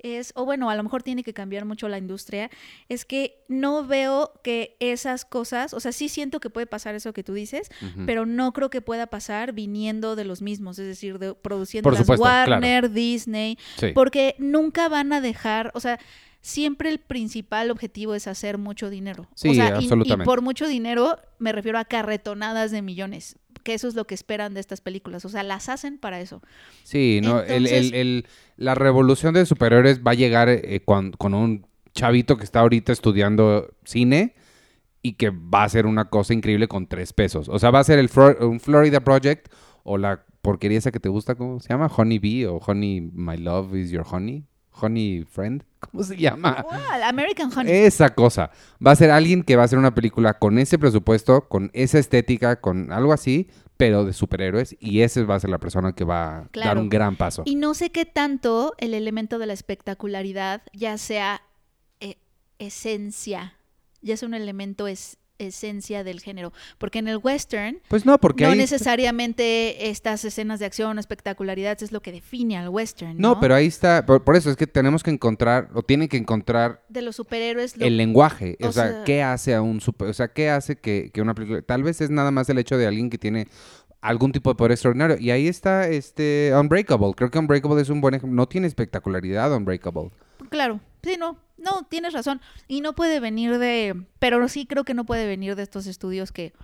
es, o bueno, a lo mejor tiene que cambiar mucho la industria, es que no veo que esas cosas, o sea, sí siento que puede pasar eso que tú dices, uh-huh. pero no creo que pueda pasar viniendo de los mismos, es decir, de, produciendo Por las supuesto, Warner, claro. Disney, sí. porque nunca van a dejar, o sea, siempre el principal objetivo es hacer mucho dinero. Sí, o sea, absolutamente. Y, y por mucho dinero me refiero a carretonadas de millones, que eso es lo que esperan de estas películas. O sea, las hacen para eso. Sí, no, Entonces, el, el, el, la revolución de superhéroes va a llegar eh, con, con un chavito que está ahorita estudiando cine y que va a hacer una cosa increíble con tres pesos. O sea, va a ser el Flor- un Florida Project o la porquería esa que te gusta, ¿cómo se llama? Honey Bee o Honey My Love is Your Honey. Honey Friend, ¿cómo se llama? Well, American Honey. Esa cosa. Va a ser alguien que va a hacer una película con ese presupuesto, con esa estética, con algo así, pero de superhéroes, y ese va a ser la persona que va a claro. dar un gran paso. Y no sé qué tanto el elemento de la espectacularidad ya sea eh, esencia, ya sea un elemento es esencia del género, porque en el western pues no, porque no ahí necesariamente está... estas escenas de acción o espectacularidad es lo que define al western, ¿no? No, pero ahí está, por, por eso es que tenemos que encontrar, o tienen que encontrar de los superhéroes lo... el lenguaje, o, o sea, sea, ¿qué hace a un super, o sea, qué hace que, que una película, tal vez es nada más el hecho de alguien que tiene algún tipo de poder extraordinario, y ahí está este Unbreakable, creo que Unbreakable es un buen ejemplo, no tiene espectacularidad Unbreakable. Claro, sí, no, no, tienes razón. Y no puede venir de, pero sí creo que no puede venir de estos estudios que,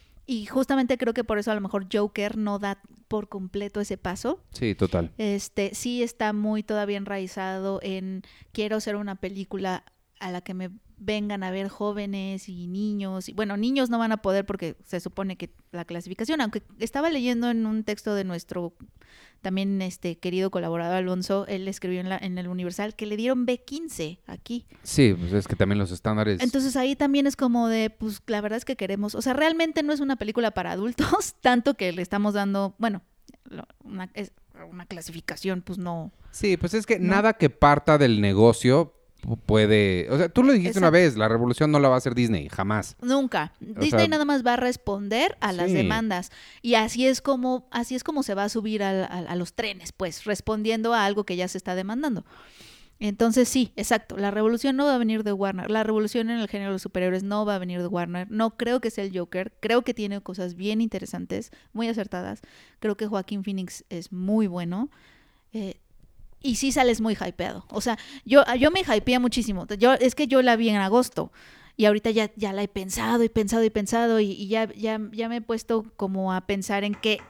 y justamente creo que por eso a lo mejor Joker no da por completo ese paso. Sí, total. Este, sí está muy todavía enraizado en, quiero hacer una película a la que me vengan a ver jóvenes y niños. Y, bueno, niños no van a poder porque se supone que la clasificación, aunque estaba leyendo en un texto de nuestro también este querido colaborador Alonso, él escribió en, la, en el Universal que le dieron B quince aquí. Sí, pues es que también los estándares... Entonces ahí también es como de, pues la verdad es que queremos, o sea, realmente no es una película para adultos, tanto que le estamos dando, bueno, una, es una clasificación, pues no. Sí, pues es que ¿no? nada que parta del negocio puede... O sea, tú lo dijiste Exacto. una vez, la revolución no la va a hacer Disney, jamás. Nunca. O Disney sea, nada más va a responder a sí. las demandas. Y así es como, así es como se va a subir a, a, a los trenes, pues, respondiendo a algo que ya se está demandando. Entonces sí, exacto, la revolución no va a venir de Warner, la revolución en el género de los superhéroes no va a venir de Warner, no creo que sea el Joker, creo que tiene cosas bien interesantes, muy acertadas, creo que Joaquín Phoenix es muy bueno, eh, y sí sales muy hypeado, o sea, yo, yo me hypeé muchísimo, yo, es que yo la vi en agosto, y ahorita ya, ya la he pensado y pensado y pensado, y, y ya, ya, ya me he puesto como a pensar en que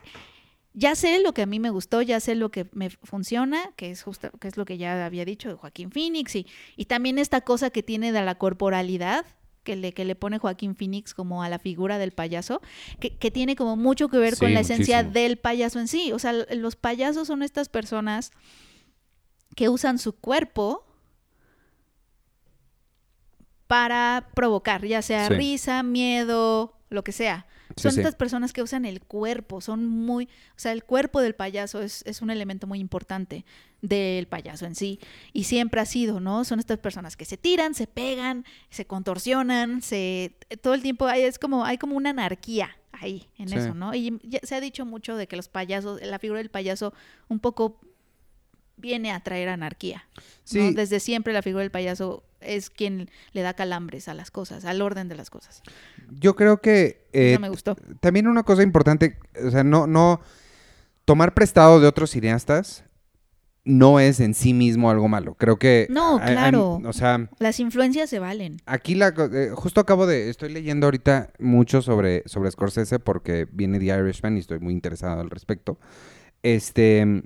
ya sé lo que a mí me gustó, ya sé lo que me funciona, que es justo, que es lo que ya había dicho de Joaquín Phoenix, y, y también esta cosa que tiene de la corporalidad, que le, que le pone Joaquín Phoenix como a la figura del payaso, que, que tiene como mucho que ver sí, con la muchísimo. esencia del payaso en sí. O sea, los payasos son estas personas que usan su cuerpo para provocar, ya sea sí. risa, miedo, lo que sea. Sí, son sí. estas personas que usan el cuerpo, son muy, o sea, el cuerpo del payaso es, es un elemento muy importante del payaso en sí, y siempre ha sido, ¿no? Son estas personas que se tiran, se pegan, se contorsionan, se, todo el tiempo hay, es como, hay como una anarquía ahí en sí. eso, ¿no? Y ya se ha dicho mucho de que los payasos, la figura del payaso un poco viene a traer anarquía, sí. ¿no? Desde siempre la figura del payaso es quien le da calambres a las cosas, al orden de las cosas. Yo creo que... Eh, Eso me gustó. También una cosa importante, o sea, no, no... Tomar prestado de otros cineastas no es en sí mismo algo malo. Creo que... No, hay, claro. Hay, o sea... Las influencias se valen. Aquí la... Eh, justo acabo de... Estoy leyendo ahorita mucho sobre, sobre Scorsese porque viene The Irishman y estoy muy interesado al respecto. Este...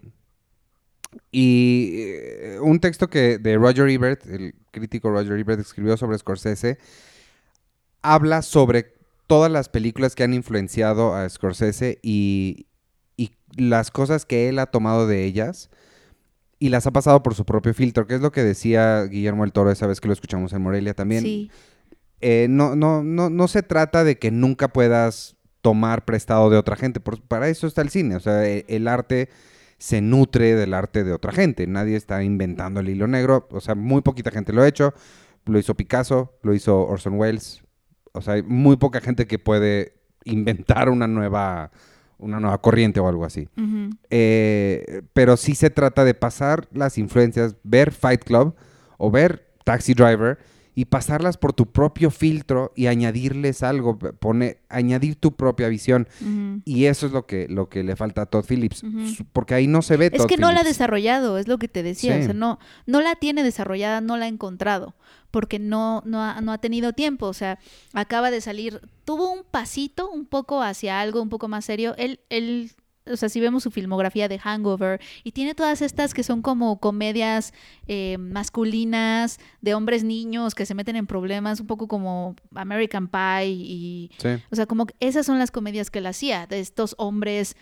Y eh, un texto que de Roger Ebert, el crítico Roger Ebert, escribió sobre Scorsese, habla sobre todas las películas que han influenciado a Scorsese y, y las cosas que él ha tomado de ellas y las ha pasado por su propio filtro, que es lo que decía Guillermo del Toro esa vez que lo escuchamos en Morelia también. Sí. Eh, no, no, no, no se trata de que nunca puedas tomar prestado de otra gente, por, para eso está el cine, o sea, el, el arte... se nutre del arte de otra gente. Nadie está inventando el hilo negro. O sea, muy poquita gente lo ha hecho. Lo hizo Picasso, lo hizo Orson Welles. O sea, hay muy poca gente que puede inventar una nueva, una nueva corriente o algo así. Uh-huh. Eh, pero sí se trata de pasar las influencias, ver Fight Club o ver Taxi Driver y pasarlas por tu propio filtro y añadirles algo, pone, añadir tu propia visión. Uh-huh. Y eso es lo que, lo que le falta a Todd Phillips, Uh-huh. porque ahí no se ve Es Todd que Phillips. no la ha desarrollado, es lo que te decía. Sí. O sea, no, no la tiene desarrollada, no la ha encontrado, porque no, no, ha, no ha tenido tiempo. O sea, acaba de salir, tuvo un pasito un poco hacia algo un poco más serio. Él, él, o sea, si vemos su filmografía de Hangover, y tiene todas estas que son como comedias eh, masculinas, de hombres niños que se meten en problemas, un poco como American Pie, y, Sí. o sea, como que esas son las comedias que él hacía, de estos hombres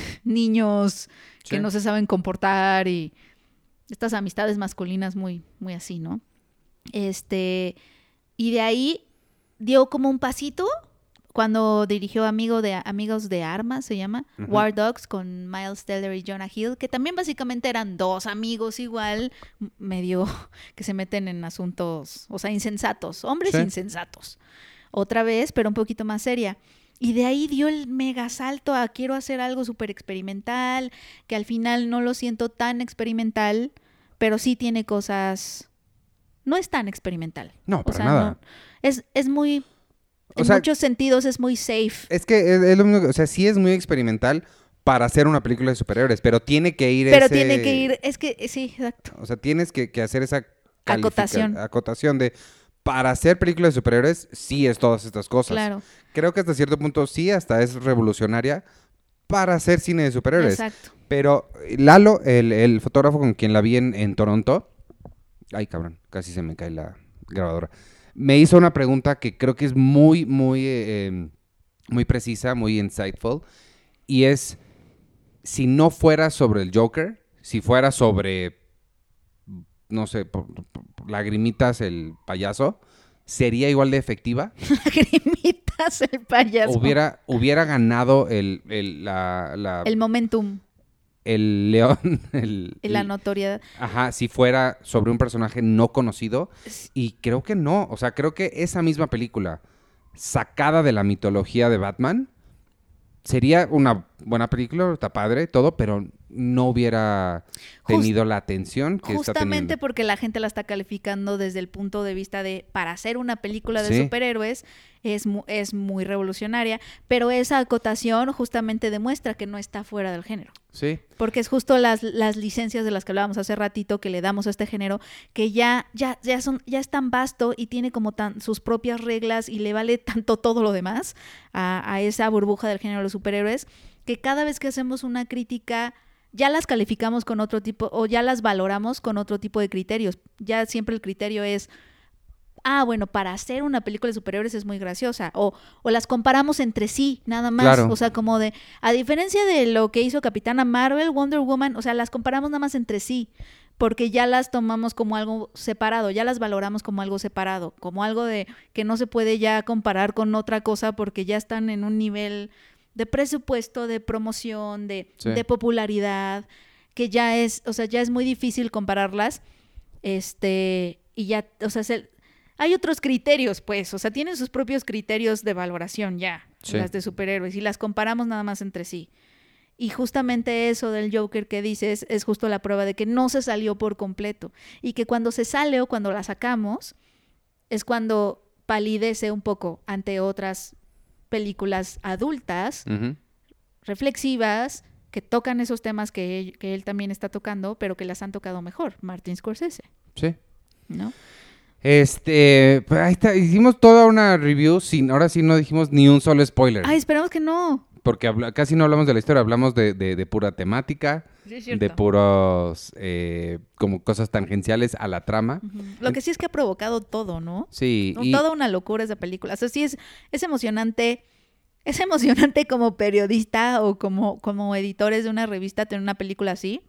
niños que Sí. no se saben comportar y estas amistades masculinas muy, muy así, ¿no? Este, y de ahí dio como un pasito cuando dirigió Amigo de, Amigos de Armas, se llama, Ujú. War Dogs, con Miles Teller y Jonah Hill, que también básicamente eran dos amigos igual, m- medio que se meten en asuntos, o sea, insensatos, hombres Sí. insensatos. Otra vez, pero un poquito más seria. Y de ahí dio el mega salto a quiero hacer algo súper experimental, que al final no lo siento tan experimental, pero sí tiene cosas... No es tan experimental. No, O para sea, nada. no- es, es muy... O En sea, muchos sentidos es muy safe. Es que es, es lo mismo, que- o sea, sí es muy experimental para hacer una película de superhéroes, pero tiene que ir Pero ese- tiene que ir... Es que sí, exacto. O sea, tienes que, que hacer esa califica- Acotación. acotación de para hacer películas de superhéroes sí es todas estas cosas. Claro. Creo que hasta cierto punto sí, hasta es revolucionaria para hacer cine de superhéroes. Exacto. Pero Lalo, el, el fotógrafo con quien la vi en, en Toronto, ay cabrón, casi se me cae la grabadora, me hizo una pregunta que creo que es muy, muy, eh, eh, muy precisa, muy insightful, y es, si no fuera sobre el Joker, si fuera sobre, no sé, por, por- por lagrimitas el payaso, ¿sería igual de efectiva? Lagrimitas el payaso. Hubiera, hubiera ganado el, el, la, la- El momentum, el león, el, la el- notoriedad. ajá, si fuera sobre un personaje no conocido. Y creo que no. O sea, creo que esa misma película, sacada de la mitología de Batman, sería una buena película, está padre, todo, pero no hubiera tenido la atención que está Justamente teniendo. porque la gente la está calificando desde el punto de vista de, para hacer una película de Sí. superhéroes, es, mu- es muy revolucionaria, pero esa acotación justamente demuestra que no está fuera del género. Sí. Porque es justo las, las licencias de las que hablábamos hace ratito que le damos a este género, que ya, ya, ya, son, ya es tan vasto y tiene como tan, sus propias reglas y le vale tanto todo lo demás a, a esa burbuja del género de los superhéroes, que cada vez que hacemos una crítica ya las calificamos con otro tipo, o ya las valoramos con otro tipo de criterios. Ya siempre el criterio es, ah, bueno, para hacer una película de superhéroes es muy graciosa. O, o las comparamos entre sí, nada más. Claro. O sea, como de, a diferencia de lo que hizo Capitana Marvel, Wonder Woman, o sea, las comparamos nada más entre sí. Porque ya las tomamos como algo separado, ya las valoramos como algo separado, como algo de que no se puede ya comparar con otra cosa porque ya están en un nivel de presupuesto, de promoción, de, Sí. de popularidad, que ya es, o sea, ya es muy difícil compararlas. Este, y ya, o sea, se, hay otros criterios, pues, o sea, tienen sus propios criterios de valoración ya, Sí. las de superhéroes, y las comparamos nada más entre sí. Y justamente eso del Joker que dices es justo la prueba de que no se salió por completo. Y que cuando se sale o cuando la sacamos es cuando palidece un poco ante otras películas adultas, Ujú. reflexivas, que tocan esos temas que él, que él también está tocando, pero que las han tocado mejor, Martin Scorsese, Sí. ¿no? Este, pues ahí está, hicimos toda una review sin, ahora sí no dijimos ni un solo spoiler. Ay, esperamos que no. Porque habla- casi no hablamos de la historia, hablamos de, de- de pura temática, Sí, es cierto. de puros, eh, como cosas tangenciales a la trama. Ujú. Lo que sí es que ha provocado todo, ¿no? Sí, No, y Toda una locura esa película. O sea, sí es, es emocionante. Es emocionante como periodista o como, como editores de una revista tener una película así.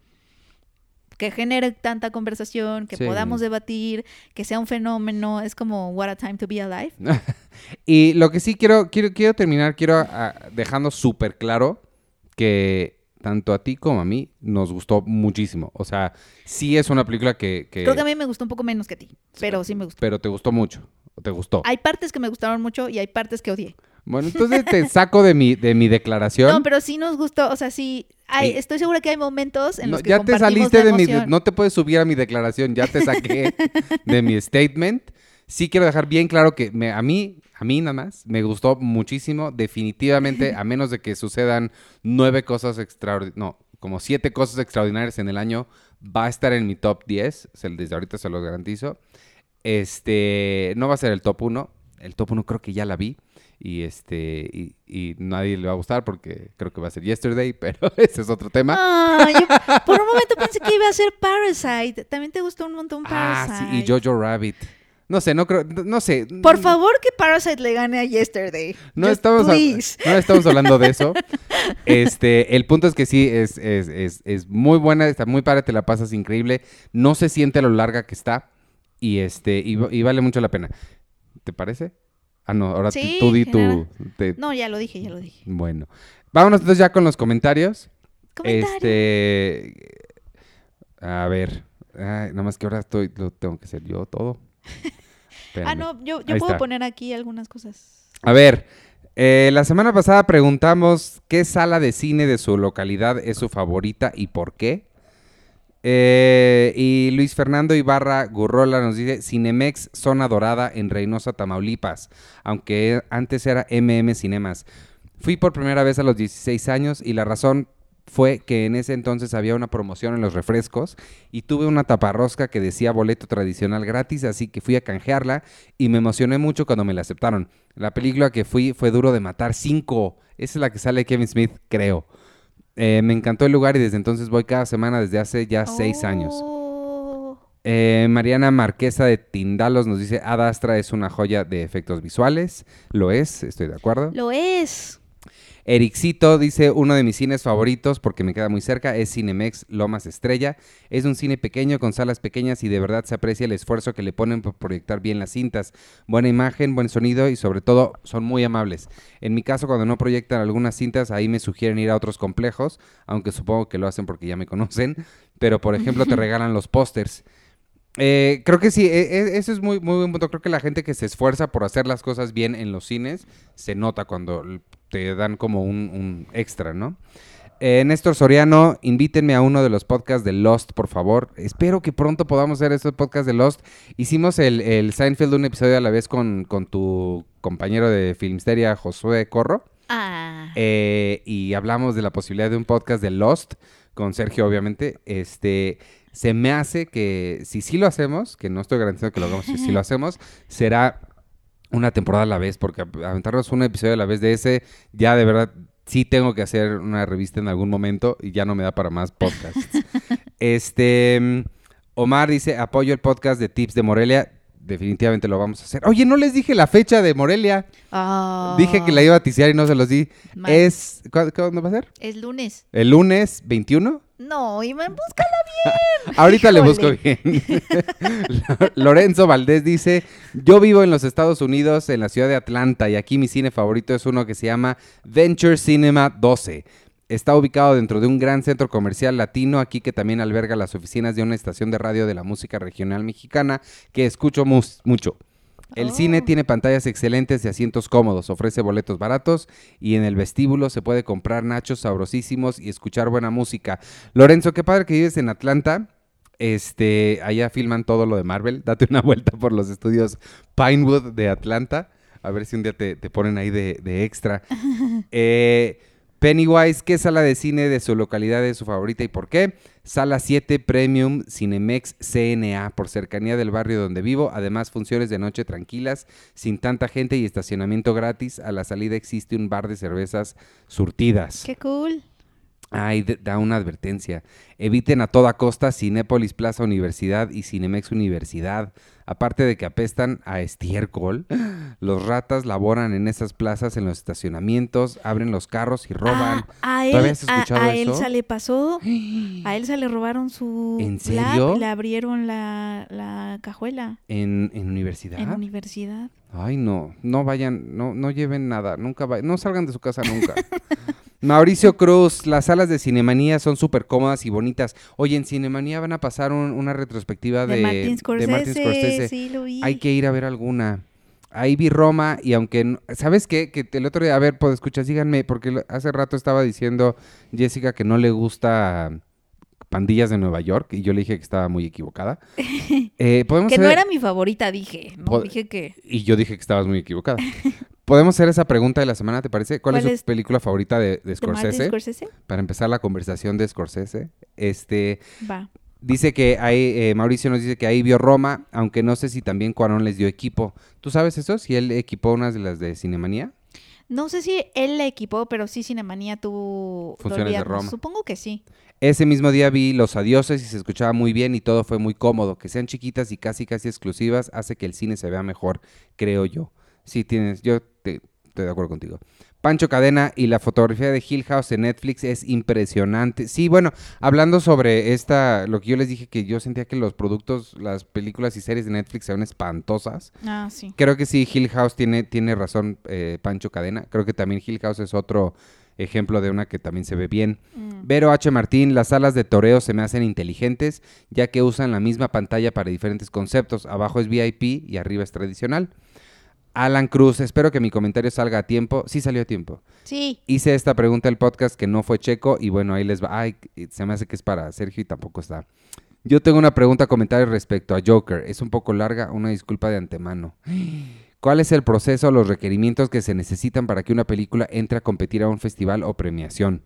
Que genere tanta conversación, que Sí. podamos debatir, que sea un fenómeno. Es como What a Time to Be Alive. y lo que sí quiero, quiero, quiero terminar, quiero ah, dejando súper claro que tanto a ti como a mí nos gustó muchísimo. O sea, sí es una película que... que- Creo que a mí me gustó un poco menos que a ti, pero sí me gustó. Pero te gustó mucho, te gustó. Hay partes que me gustaron mucho y hay partes que odié. Bueno, entonces te saco de mi, de mi declaración. No, pero sí nos gustó, o sea, sí, hay, Eh, estoy segura que hay momentos en No, los que ya te compartimos saliste la de mi... emoción. No te puedes subir a mi declaración, ya te saqué de mi statement. Sí quiero dejar bien claro que me, a mí, a mí nada más, me gustó muchísimo. Definitivamente, a menos de que sucedan nueve cosas extraordinarias, no, como siete cosas extraordinarias en el año, va a estar en mi top diez, se- desde ahorita se los garantizo. Este, no va a ser el top uno, el top uno creo que ya la vi. Y este y, y nadie le va a gustar porque creo que va a ser Yesterday, pero ese es otro tema. Ah, yo por un momento pensé que iba a ser Parasite. También te gustó un montón Ah, Parasite. sí, y Jojo Rabbit. No sé, no creo, no, no sé. Por favor, que Parasite le gane a Yesterday. No Just estamos, a- please. no estamos hablando de eso. Este, el punto es que sí, es, es, es, es muy buena, está muy padre, te la pasas increíble. No se siente lo larga que está. Y este, y, y vale mucho la pena. ¿Te parece? Ah, no, ahora Sí, tú di genial. tu. te- No, ya lo dije, ya lo dije. Bueno. Vámonos entonces ya con los comentarios. Comentario. Este. A ver. Ay, nada más que ahora estoy. Lo tengo que hacer yo todo. Ah, Espérame. no, yo, yo Ahí puedo está. poner aquí algunas cosas. A ver, eh, la semana pasada preguntamos qué sala de cine de su localidad es su favorita y por qué. Eh, y Luis Fernando Ibarra Gurrola nos dice Cinemex Zona Dorada en Reynosa, Tamaulipas, aunque antes era M M Cinemas. Fui por primera vez a los dieciséis años y la razón fue que en ese entonces había una promoción en los refrescos y tuve una taparrosca que decía boleto tradicional gratis, así que fui a canjearla y me emocioné mucho cuando me la aceptaron. La película que fui fue Duro de Matar cinco, esa es la que sale Kevin Smith, creo. Eh, me encantó el lugar y desde entonces voy cada semana desde hace ya seis años. Oh. Eh, Mariana Marquesa de Tindalos nos dice Ad Astra es una joya de efectos visuales. Lo es, estoy de acuerdo. Lo es. Ericito dice, uno de mis cines favoritos, porque me queda muy cerca, es Cinemex Lomas Estrella. Es un cine pequeño con salas pequeñas y de verdad se aprecia el esfuerzo que le ponen por proyectar bien las cintas. Buena imagen, buen sonido y sobre todo son muy amables. En mi caso, cuando no proyectan algunas cintas, ahí me sugieren ir a otros complejos, aunque supongo que lo hacen porque ya me conocen. Pero, por ejemplo, te regalan los pósters. Eh, creo que sí, e- e- eso es muy, muy buen punto. Creo que la gente que se esfuerza por hacer las cosas bien en los cines, se nota cuando l- te dan como un, un extra, ¿no? Eh, Néstor Soriano, invítenme a uno de los podcasts de Lost, por favor. Espero que pronto podamos hacer estos podcasts de Lost. Hicimos el, el Seinfeld un episodio a la vez con, con tu compañero de Filmsteria, Josué Corro. Ah. Eh, y hablamos de la posibilidad de un podcast de Lost, con Sergio, obviamente. Este, se me hace que si sí lo hacemos, que no estoy garantizando que lo hagamos, si sí lo hacemos, será una temporada a la vez, porque aventarnos un episodio a la vez de ese, ya de verdad sí tengo que hacer una revista en algún momento y ya no me da para más podcasts. este, Omar dice, apoyo el podcast de Tips de Morelia. Definitivamente lo vamos a hacer. Oye, no les dije la fecha de Morelia. Ah. Dije que la iba a ticiar y no se los di. Mal. Es, ¿cu- ¿Cuándo va a ser? Es lunes. ¿El lunes veintiuno? No, Iván, búscala bien. Ahorita le busco Híjole. bien. Lorenzo Valdés dice, yo vivo en los Estados Unidos, en la ciudad de Atlanta, y aquí mi cine favorito es uno que se llama Venture Cinema doce. Está ubicado dentro de un gran centro comercial latino, aquí que también alberga las oficinas de una estación de radio de la música regional mexicana, que escucho mus- mucho. El Oh. cine tiene pantallas excelentes y asientos cómodos, ofrece boletos baratos y en el vestíbulo se puede comprar nachos sabrosísimos y escuchar buena música. Lorenzo, qué padre que vives en Atlanta. Este, allá filman todo lo de Marvel. Date una vuelta por los estudios Pinewood de Atlanta. A ver si un día te, te ponen ahí de, de extra. Eh, Pennywise, ¿qué sala de cine de su localidad es su favorita y por qué? Sala siete Premium Cinemex C N A, por cercanía del barrio donde vivo. Además, funciones de noche tranquilas, sin tanta gente y estacionamiento gratis. A la salida existe un bar de cervezas surtidas. Qué cool. Ay, de- da una advertencia. Eviten a toda costa Cinépolis Plaza Universidad y Cinemex Universidad. Aparte de que apestan a estiércol, los ratas laboran en esas plazas, en los estacionamientos, abren los carros y roban. Ah, a ¿Todavía él, has a, escuchado a eso? Elsa le pasó. A Elsa le robaron su ¿En lab, serio? le abrieron la, la cajuela ¿En, en universidad? en universidad. Ay, no, no vayan, no, no lleven nada, nunca vayan, no salgan de su casa nunca. Mauricio Cruz, las salas de Cinemanía son súper cómodas y bonitas. Oye, en Cinemanía van a pasar un- una retrospectiva de, De Martin de Scorsese, Martin Scorsese. sí lo vi. Hay que ir a ver alguna. ahí vi Roma y aunque, no- ¿sabes qué? Que el otro día, a ver, pues escucha, síganme, porque lo- hace rato estaba diciendo Jessica que no le gusta Pandillas de Nueva York y yo le dije que estaba muy equivocada. Eh, podemos Que no hacer- era mi favorita, dije. No, po- dije que... Y yo dije que estabas muy equivocada. Podemos hacer esa pregunta de la semana, ¿te parece? ¿Cuál, ¿Cuál es es? su película favorita de, de ¿De Scorsese? Martin Scorsese? Para empezar la conversación de Scorsese. Este, Va. dice que ahí, eh, Mauricio nos dice que ahí vio Roma, aunque no sé si también Cuarón les dio equipo. ¿Tú sabes eso? Si él equipó unas de las de Cinemanía. No sé si él la equipó, pero sí Cinemanía tuvo Funciones de Dolby Atmos. Roma. Supongo que sí. Ese mismo día vi Los Adioses y se escuchaba muy bien y todo fue muy cómodo. Que sean chiquitas y casi casi exclusivas hace que el cine se vea mejor, creo yo. Sí, tienes, yo te- estoy de acuerdo contigo. Pancho Cadena y la fotografía de Hill House en Netflix es impresionante. Sí, bueno, hablando sobre esta, lo que yo les dije que yo sentía que los productos, las películas y series de Netflix eran espantosas. Ah, sí. Creo que sí, Hill House tiene, tiene razón, eh, Pancho Cadena. Creo que también Hill House es otro ejemplo de una que también se ve bien. Mm. Vero H. Martín, las salas de toreo se me hacen inteligentes, ya que usan la misma pantalla para diferentes conceptos. Abajo es V I P y arriba es tradicional. Alan Cruz, espero que mi comentario salga a tiempo. Sí salió a tiempo. Sí. Hice esta pregunta del podcast que no fue checo y bueno, ahí les va. Ay, se me hace que es para Sergio y tampoco está. Yo tengo una pregunta, comentario respecto a Joker. Es un poco larga, una disculpa de antemano. ¿Cuál es el proceso o los requerimientos que se necesitan para que una película entre a competir a un festival o premiación?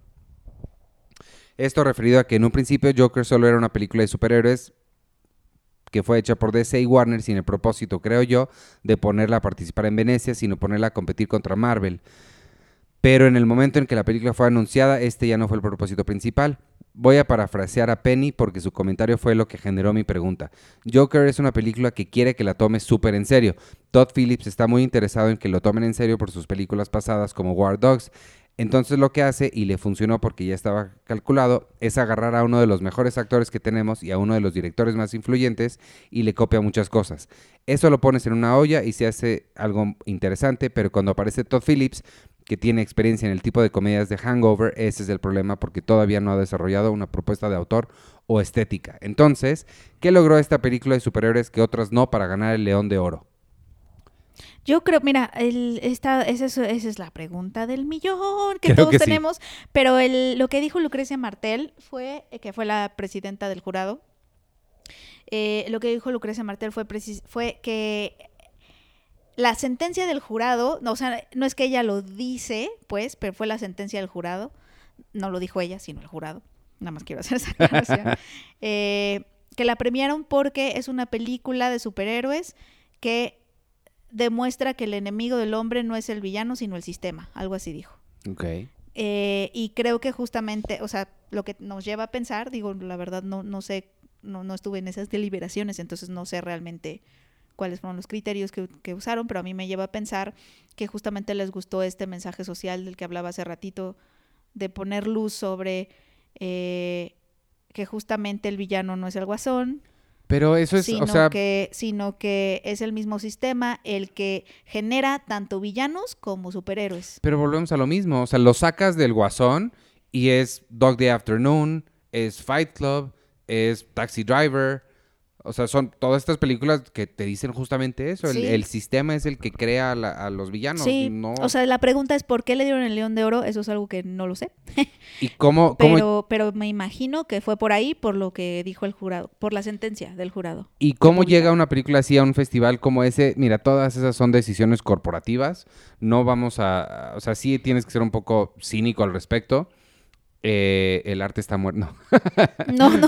Esto referido a que en un principio Joker solo era una película de superhéroes que fue hecha por D C y Warner sin el propósito, creo yo, de ponerla a participar en Venecia, sino ponerla a competir contra Marvel. Pero en el momento en que la película fue anunciada, este ya no fue el propósito principal. Voy a parafrasear a Penny porque su comentario fue lo que generó mi pregunta. Joker es una película que quiere que la tome súper en serio. Todd Phillips está muy interesado en que lo tomen en serio por sus películas pasadas como War Dogs. Entonces lo que hace, y le funcionó porque ya estaba calculado, es agarrar a uno de los mejores actores que tenemos y a uno de los directores más influyentes y le copia muchas cosas. Eso lo pones en una olla y se hace algo interesante, pero cuando aparece Todd Phillips, que tiene experiencia en el tipo de comedias de Hangover, ese es el problema porque todavía no ha desarrollado una propuesta de autor o estética. Entonces, ¿qué logró esta película de superhéroes que otras no para ganar el León de Oro? Yo creo, mira, el, esta, esa, es, esa es la pregunta del millón que Creo todos que sí. tenemos, pero el, lo que dijo Lucrecia Martel fue, eh, que fue la presidenta del jurado, eh, lo que dijo Lucrecia Martel fue, precis- fue que la sentencia del jurado, no, o sea, no es que ella lo dice, pues, pero fue la sentencia del jurado, no lo dijo ella, sino el jurado, nada más quiero hacer esa aclaración, eh, que la premiaron porque es una película de superhéroes que demuestra que el enemigo del hombre no es el villano, sino el sistema, algo así dijo. Ok. Eh, y creo que justamente, o sea, lo que nos lleva a pensar, digo, la verdad no, no sé, no, no estuve en esas deliberaciones, entonces no sé realmente cuáles fueron los criterios que, que usaron, pero a mí me lleva a pensar que justamente les gustó este mensaje social del que hablaba hace ratito, de poner luz sobre eh, que justamente el villano no es el guasón, Pero eso es, sino, o sea, que, sino que es el mismo sistema el que genera tanto villanos como superhéroes. pero volvemos a lo mismo. O sea, lo sacas del Guasón y es Dog Day Afternoon, es Fight Club, es Taxi Driver. O sea, son todas estas películas que te dicen justamente eso. El, Sí. el sistema es el que crea a, la- a los villanos. Sí, No. o sea, la pregunta es ¿por qué le dieron el León de Oro? Eso es algo que no lo sé. ¿Y cómo, cómo- Pero, pero me imagino que fue por ahí, por lo que dijo el jurado, por la sentencia del jurado. y cómo que llega publicaron. una película así a un festival como ese? Mira, todas esas son decisiones corporativas. No vamos a... O sea, sí tienes que ser un poco cínico al respecto. Eh, el arte está muerto. No, No, no.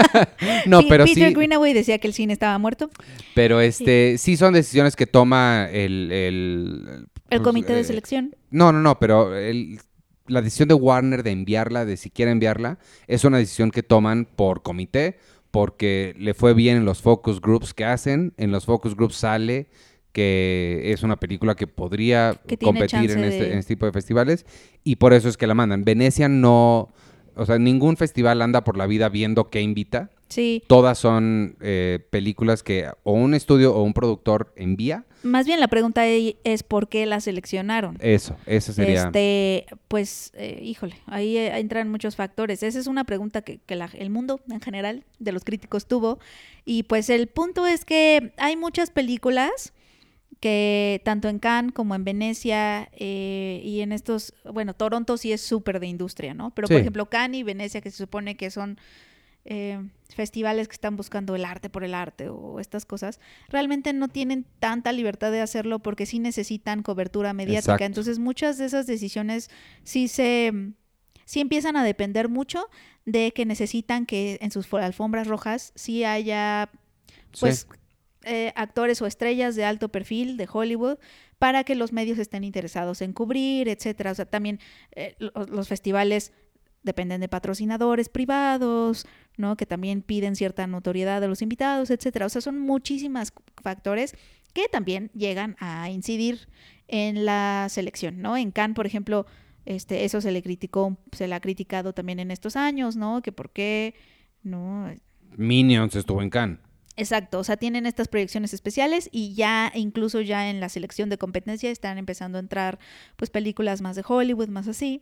no P- pero Peter sí... Greenaway decía que el cine estaba muerto. Pero este, sí son decisiones que toma el... El, El pues, comité de eh, selección. No, no, no, pero el- la decisión de Warner de enviarla, de siquiera enviarla, es una decisión que toman por comité, porque le fue bien en los focus groups que hacen. En los focus groups sale que es una película que podría Que tiene competir en chance este, de- en este tipo de festivales, y por eso es que la mandan. Venecia no... O sea, ningún festival anda por la vida viendo qué invita. Sí. Todas son eh, películas que o un estudio o un productor envía. Más bien la pregunta ahí es ¿por qué la seleccionaron? Eso, eso sería... Este, pues, eh, híjole, ahí eh, entran muchos factores. Esa es una pregunta que, que la- el mundo en general de los críticos tuvo. Y pues el punto es que hay muchas películas que tanto en Cannes como en Venecia eh, y en estos, bueno, Toronto sí es súper de industria, ¿no? Pero, Sí. por ejemplo, Cannes y Venecia, que se supone que son eh, festivales que están buscando el arte por el arte o estas cosas, realmente no tienen tanta libertad de hacerlo porque sí necesitan cobertura mediática. Exacto. Entonces, muchas de esas decisiones sí se... sí empiezan a depender mucho de que necesitan que en sus alfombras rojas sí haya, pues... Sí. Eh, actores o estrellas de alto perfil de Hollywood para que los medios estén interesados en cubrir, etcétera. O sea, también eh, los, los festivales dependen de patrocinadores privados, ¿no? Que también piden cierta notoriedad de los invitados, etcétera. O sea, son muchísimos factores que también llegan a incidir en la selección, ¿no? En Cannes, por ejemplo, este, eso se le criticó, se le ha criticado también en estos años, ¿no? Que por qué, ¿no? Minions estuvo en Cannes. Exacto, o sea, tienen estas proyecciones especiales y ya, incluso ya en la selección de competencia están empezando a entrar pues películas más de Hollywood, más así,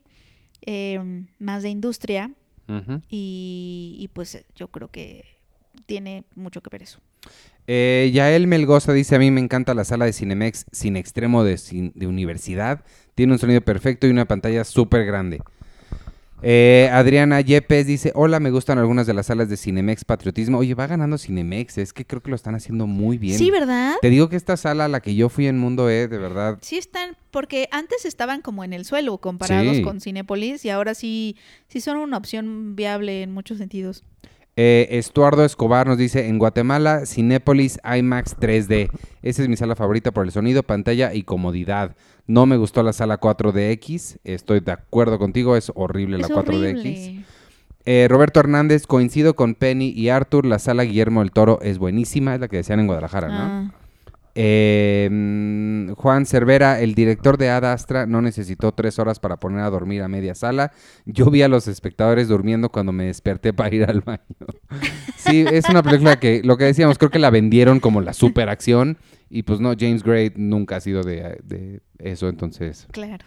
eh, más de industria Uh-huh. y, y pues yo creo que tiene mucho que ver eso. Eh, Yael Melgoza dice, a mí me encanta la sala de Cinemex sin extremo de, sin, de universidad, tiene un sonido perfecto y una pantalla súper grande. Eh, Adriana Yepes dice, hola, me gustan algunas de las salas de Cinemex Patriotismo. Oye, va ganando Cinemex, es que creo que lo están haciendo muy bien. Sí, ¿verdad? Te digo que esta sala a la que yo fui en Mundo E, de verdad. Sí están, porque antes estaban como en el suelo comparados Sí. con Cinépolis y ahora sí, sí son una opción viable en muchos sentidos. Eh, Estuardo Escobar nos dice, en Guatemala, Cinépolis IMAX tres D. Esa es mi sala favorita por el sonido, pantalla y comodidad. No me gustó la sala cuatro D X, estoy de acuerdo contigo, es horrible la Es cuatro D X. horrible. Eh, Roberto Hernández, coincido con Penny y Arthur, la sala Guillermo del Toro es buenísima, es la que decían en Guadalajara, ¿no? Ah. Eh, mm, Juan Cervera, el director de Ad Astra, no necesitó tres horas para poner a dormir a media sala. Yo vi a los espectadores durmiendo cuando me desperté para ir al baño. Sí, es una película que, lo que decíamos, creo que la vendieron como la superacción. Y pues no, James Gray nunca ha sido de, de eso, entonces... Claro.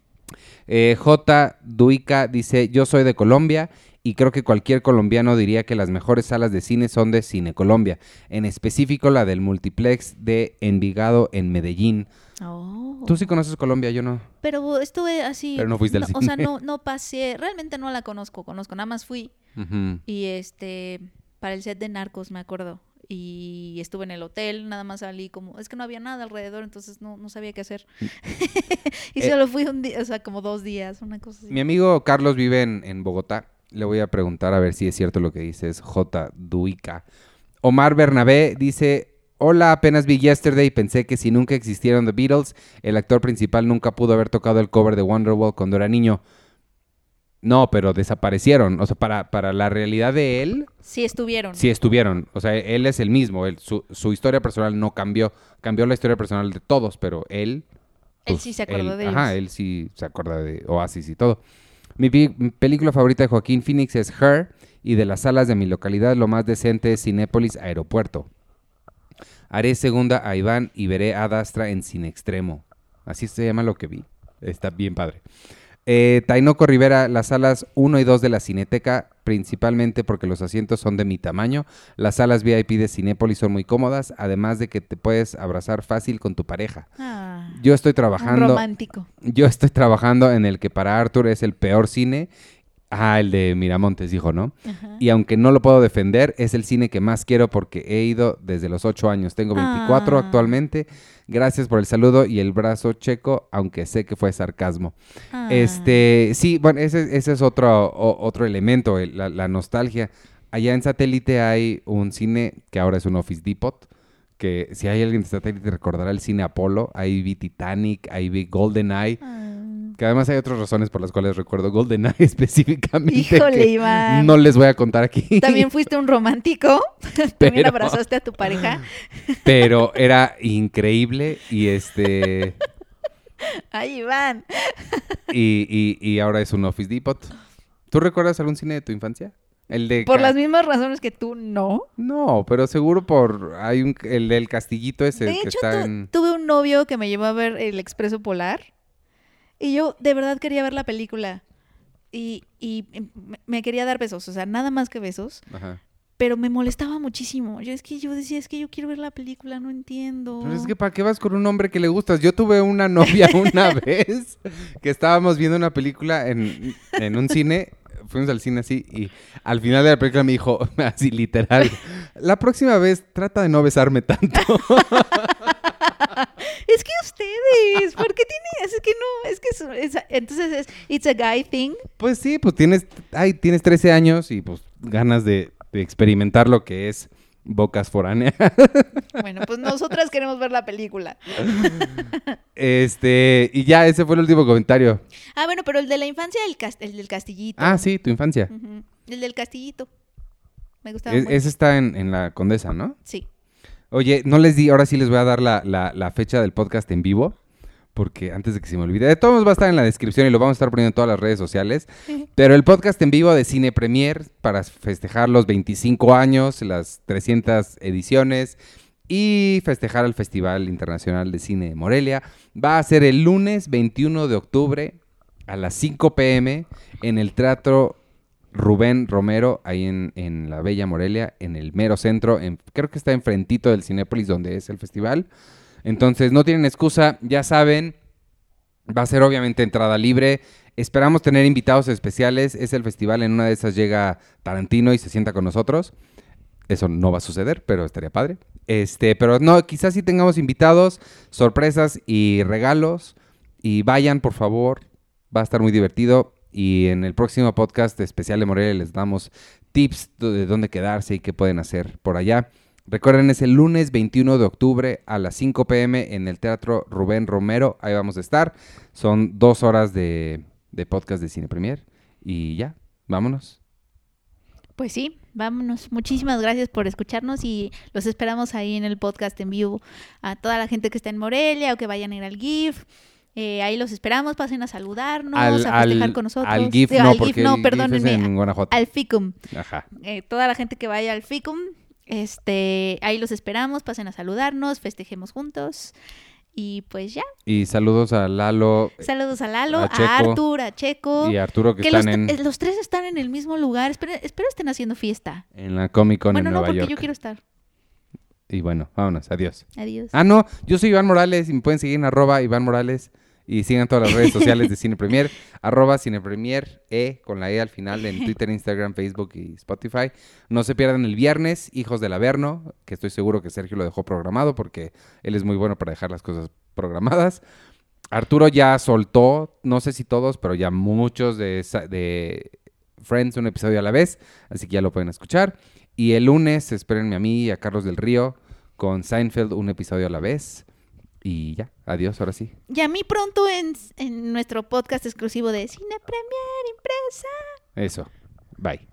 Eh, J. Duica dice, yo soy de Colombia y creo que cualquier colombiano diría que las mejores salas de cine son de Cine Colombia, en específico la del Multiplex de Envigado en Medellín. Oh. Tú sí conoces Colombia, yo no. Pero estuve así... Pero no fuiste al no, cine. O sea, no, no pasé... Realmente no la conozco, conozco. Nada más fui Uh-huh. y este... Para el set de Narcos, me acuerdo. Y estuve en el hotel, nada más salí como... Es que no había nada alrededor, entonces no, no sabía qué hacer. y Eh, solo fui un día, o sea, como dos días, una cosa así. Mi amigo Carlos vive en, en Bogotá. Le voy a preguntar a ver si es cierto lo que dice. Es J. Duica. Omar Bernabé dice... Hola, apenas vi Yesterday y pensé que si nunca existieron The Beatles, el actor principal nunca pudo haber tocado el cover de Wonderwall cuando era niño. No, pero desaparecieron. O sea, para, para la realidad de él, Sí estuvieron. sí estuvieron. O sea, él es el mismo. Él, su, su historia personal no cambió. Cambió la historia personal de todos, pero él... Él pues, sí se acordó él- de Ajá, ellos. él sí se acuerda de Oasis y todo. Mi, pi- mi película favorita de Joaquín Phoenix es Her, y de las salas de mi localidad lo más decente es Cinépolis Aeropuerto. Haré segunda a Iván y veré Ad Astra en Cine Extremo. Así se llama lo que vi. Está bien padre. Eh, Tainoco Rivera, las salas uno y dos de la Cineteca, principalmente porque los asientos son de mi tamaño. Las salas V I P de Cinépolis son muy cómodas, además de que te puedes abrazar fácil con tu pareja. Ah, Yo estoy un trabajando... romántico. Yo estoy trabajando en el que para Arthur es el peor cine. Ah, el de Miramontes, dijo, ¿no? Ajá. Y aunque no lo puedo defender, es el cine que más quiero porque he ido desde los ocho años. Tengo veinticuatro Ah. actualmente. Gracias por el saludo y el brazo checo, aunque sé que fue sarcasmo. Ah. Este, sí, bueno, ese, ese es otro, o- otro elemento, el- la, la nostalgia. Allá en Satélite hay un cine que ahora es un Office Depot, que si hay alguien de Satélite recordará el cine Apolo. Ahí vi Titanic, ahí vi GoldenEye. Ah. Que además hay otras razones por las cuales recuerdo GoldenEye específicamente. Híjole, que Iván. No les voy a contar aquí. También fuiste un romántico. También Pero- abrazaste a tu pareja. Pero era increíble y este Ay, Iván. y, y, y ahora es un Office Depot. ¿Tú recuerdas algún cine de tu infancia? El de Por ca- las mismas razones que tú, no. No, pero seguro por hay un el del Castillito ese De que hecho, está tu- en tuve un novio que me llevó a ver El Expreso Polar. Y yo de verdad quería ver la película. Y, y me- me quería dar besos. O sea, nada más que besos. Ajá. pero me molestaba muchísimo. Yo es que yo decía, es que yo quiero ver la película, no entiendo. Pero es que ¿para qué vas con un hombre que le gustas? Yo tuve una novia una vez que estábamos viendo una película en, en un cine, fuimos al cine así y al final de la película me dijo, así literal, la próxima vez trata de no besarme tanto. Es que ustedes, ¿por qué tienen? Es que no, es que es, es, entonces es, it's a guy thing. Pues sí, pues tienes, ay, tienes trece años y pues ganas de, de experimentar lo que es bocas foráneas. Bueno, pues nosotras queremos ver la película. Este, y ya, ese fue el último comentario. Ah, bueno, pero el de la infancia, el, cast el del castillito. Ah, sí, tu infancia. Uh-huh. El del castillito. Me gustaba Es, mucho. ese está en, en la Condesa, ¿no? Sí. Oye, no les di, ahora sí les voy a dar la, la, la fecha del podcast en vivo, porque antes de que se me olvide, de todos modos va a estar en la descripción y lo vamos a estar poniendo en todas las redes sociales, pero el podcast en vivo de Cine Premier para festejar los veinticinco años, las trescientas ediciones y festejar el Festival Internacional de Cine de Morelia, va a ser el lunes veintiuno de octubre a las cinco pm en el Teatro Rubén Romero, ahí en, en la Bella Morelia, en el mero centro, en, creo que está enfrentito del Cinépolis donde es el festival. Entonces no tienen excusa, ya saben, va a ser obviamente entrada libre. Esperamos tener invitados especiales, es el festival, en una de esas llega Tarantino y se sienta con nosotros. Eso no va a suceder, pero estaría padre. Este, pero no, quizás sí tengamos invitados, sorpresas y regalos. Y vayan, por favor, va a estar muy divertido. Y en el próximo podcast especial de Morelia les damos tips de dónde quedarse y qué pueden hacer por allá. Recuerden, es el lunes veintiuno de octubre a las cinco pm en el Teatro Rubén Romero. Ahí vamos a estar. Son dos horas de, de podcast de Cine Premier. Y ya, vámonos. Pues sí, vámonos. Muchísimas gracias por escucharnos y los esperamos ahí en el podcast en vivo. A toda la gente que está en Morelia o que vayan a ir al GIF. Eh, ahí los esperamos, pasen a saludarnos, al, a festejar al, con nosotros. Al GIF Digo, no, al porque GIF no, el perdónenme, GIF es en Guanajuato. Al FICUM. Ajá. Eh, toda la gente que vaya al FICUM, este, ahí los esperamos, pasen a saludarnos, festejemos juntos y pues ya. Y saludos a Lalo. Saludos a Lalo, a, a, Checo, a Artur, a Checo. Y a Arturo que, que están los, en... los tres están en el mismo lugar. Espero, espero estén haciendo fiesta. En la Comic Con bueno, en no, Nueva porque York. yo quiero estar. Y bueno, vámonos, adiós. Adiós. Ah, no, yo soy Iván Morales y me pueden seguir en arroba Iván Morales y sigan todas las redes sociales de Cine Premier, arroba Cine Premier, E con la E al final en Twitter, Instagram, Facebook y Spotify. No se pierdan el viernes, Hijos del Averno, que estoy seguro que Sergio lo dejó programado porque él es muy bueno para dejar las cosas programadas. Arturo ya soltó, no sé si todos, pero ya muchos de, de Friends, un episodio a la vez, así que ya lo pueden escuchar. Y el lunes espérenme a mí y a Carlos del Río con Seinfeld, un episodio a la vez. Y ya, adiós, ahora sí. Y a mí pronto en, en nuestro podcast exclusivo de Cine Premier Impresa. Eso, bye.